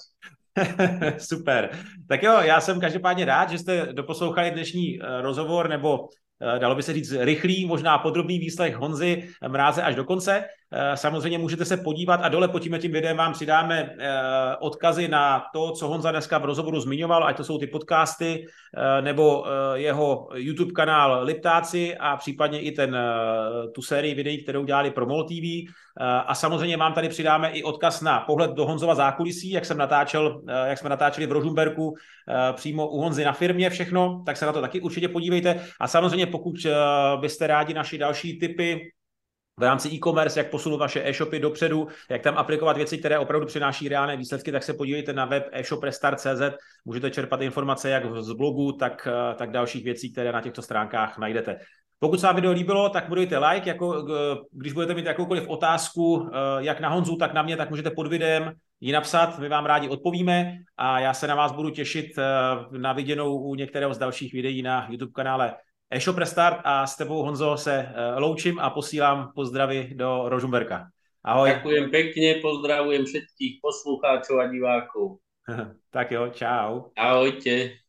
Super. Tak jo, já jsem každopádně rád, že jste doposlouchali dnešní rozhovor, nebo dalo by se říct rychlý, možná podrobný výslech Honzy Mráze až do konce. Samozřejmě můžete se podívat a dole pod tím videem vám přidáme odkazy na to, co Honza dneska v rozhovoru zmiňoval, ať to jsou ty podcasty, nebo jeho YouTube kanál Liptáci a případně i tu sérii videí, kterou dělali pro MOL TV. A samozřejmě vám tady přidáme i odkaz na pohled do Honzova zákulisí, jak jsme natáčeli v Rožumberku přímo u Honzy na firmě všechno, tak se na to taky určitě podívejte. A samozřejmě pokud byste rádi naši další tipy v rámci e-commerce, jak posunout vaše e-shopy dopředu, jak tam aplikovat věci, které opravdu přináší reálné výsledky, tak se podívejte na web e-shoprestart.cz. Můžete čerpat informace jak z blogu, tak dalších věcí, které na těchto stránkách najdete. Pokud se vám video líbilo, tak budujte like, když budete mít jakoukoliv otázku, jak na Honzu, tak na mě, tak můžete pod videem ji napsat, my vám rádi odpovíme a já se na vás budu těšit na viděnou u některého z dalších videí na YouTube kanále e-shop Restart a s tebou, Honzo, se loučím a posílám pozdravy do Rožumberka. Ahoj. Ďakujem pekne, pozdravujem všetkých poslucháčov a divákov. Tak jo, čau. Ahojte.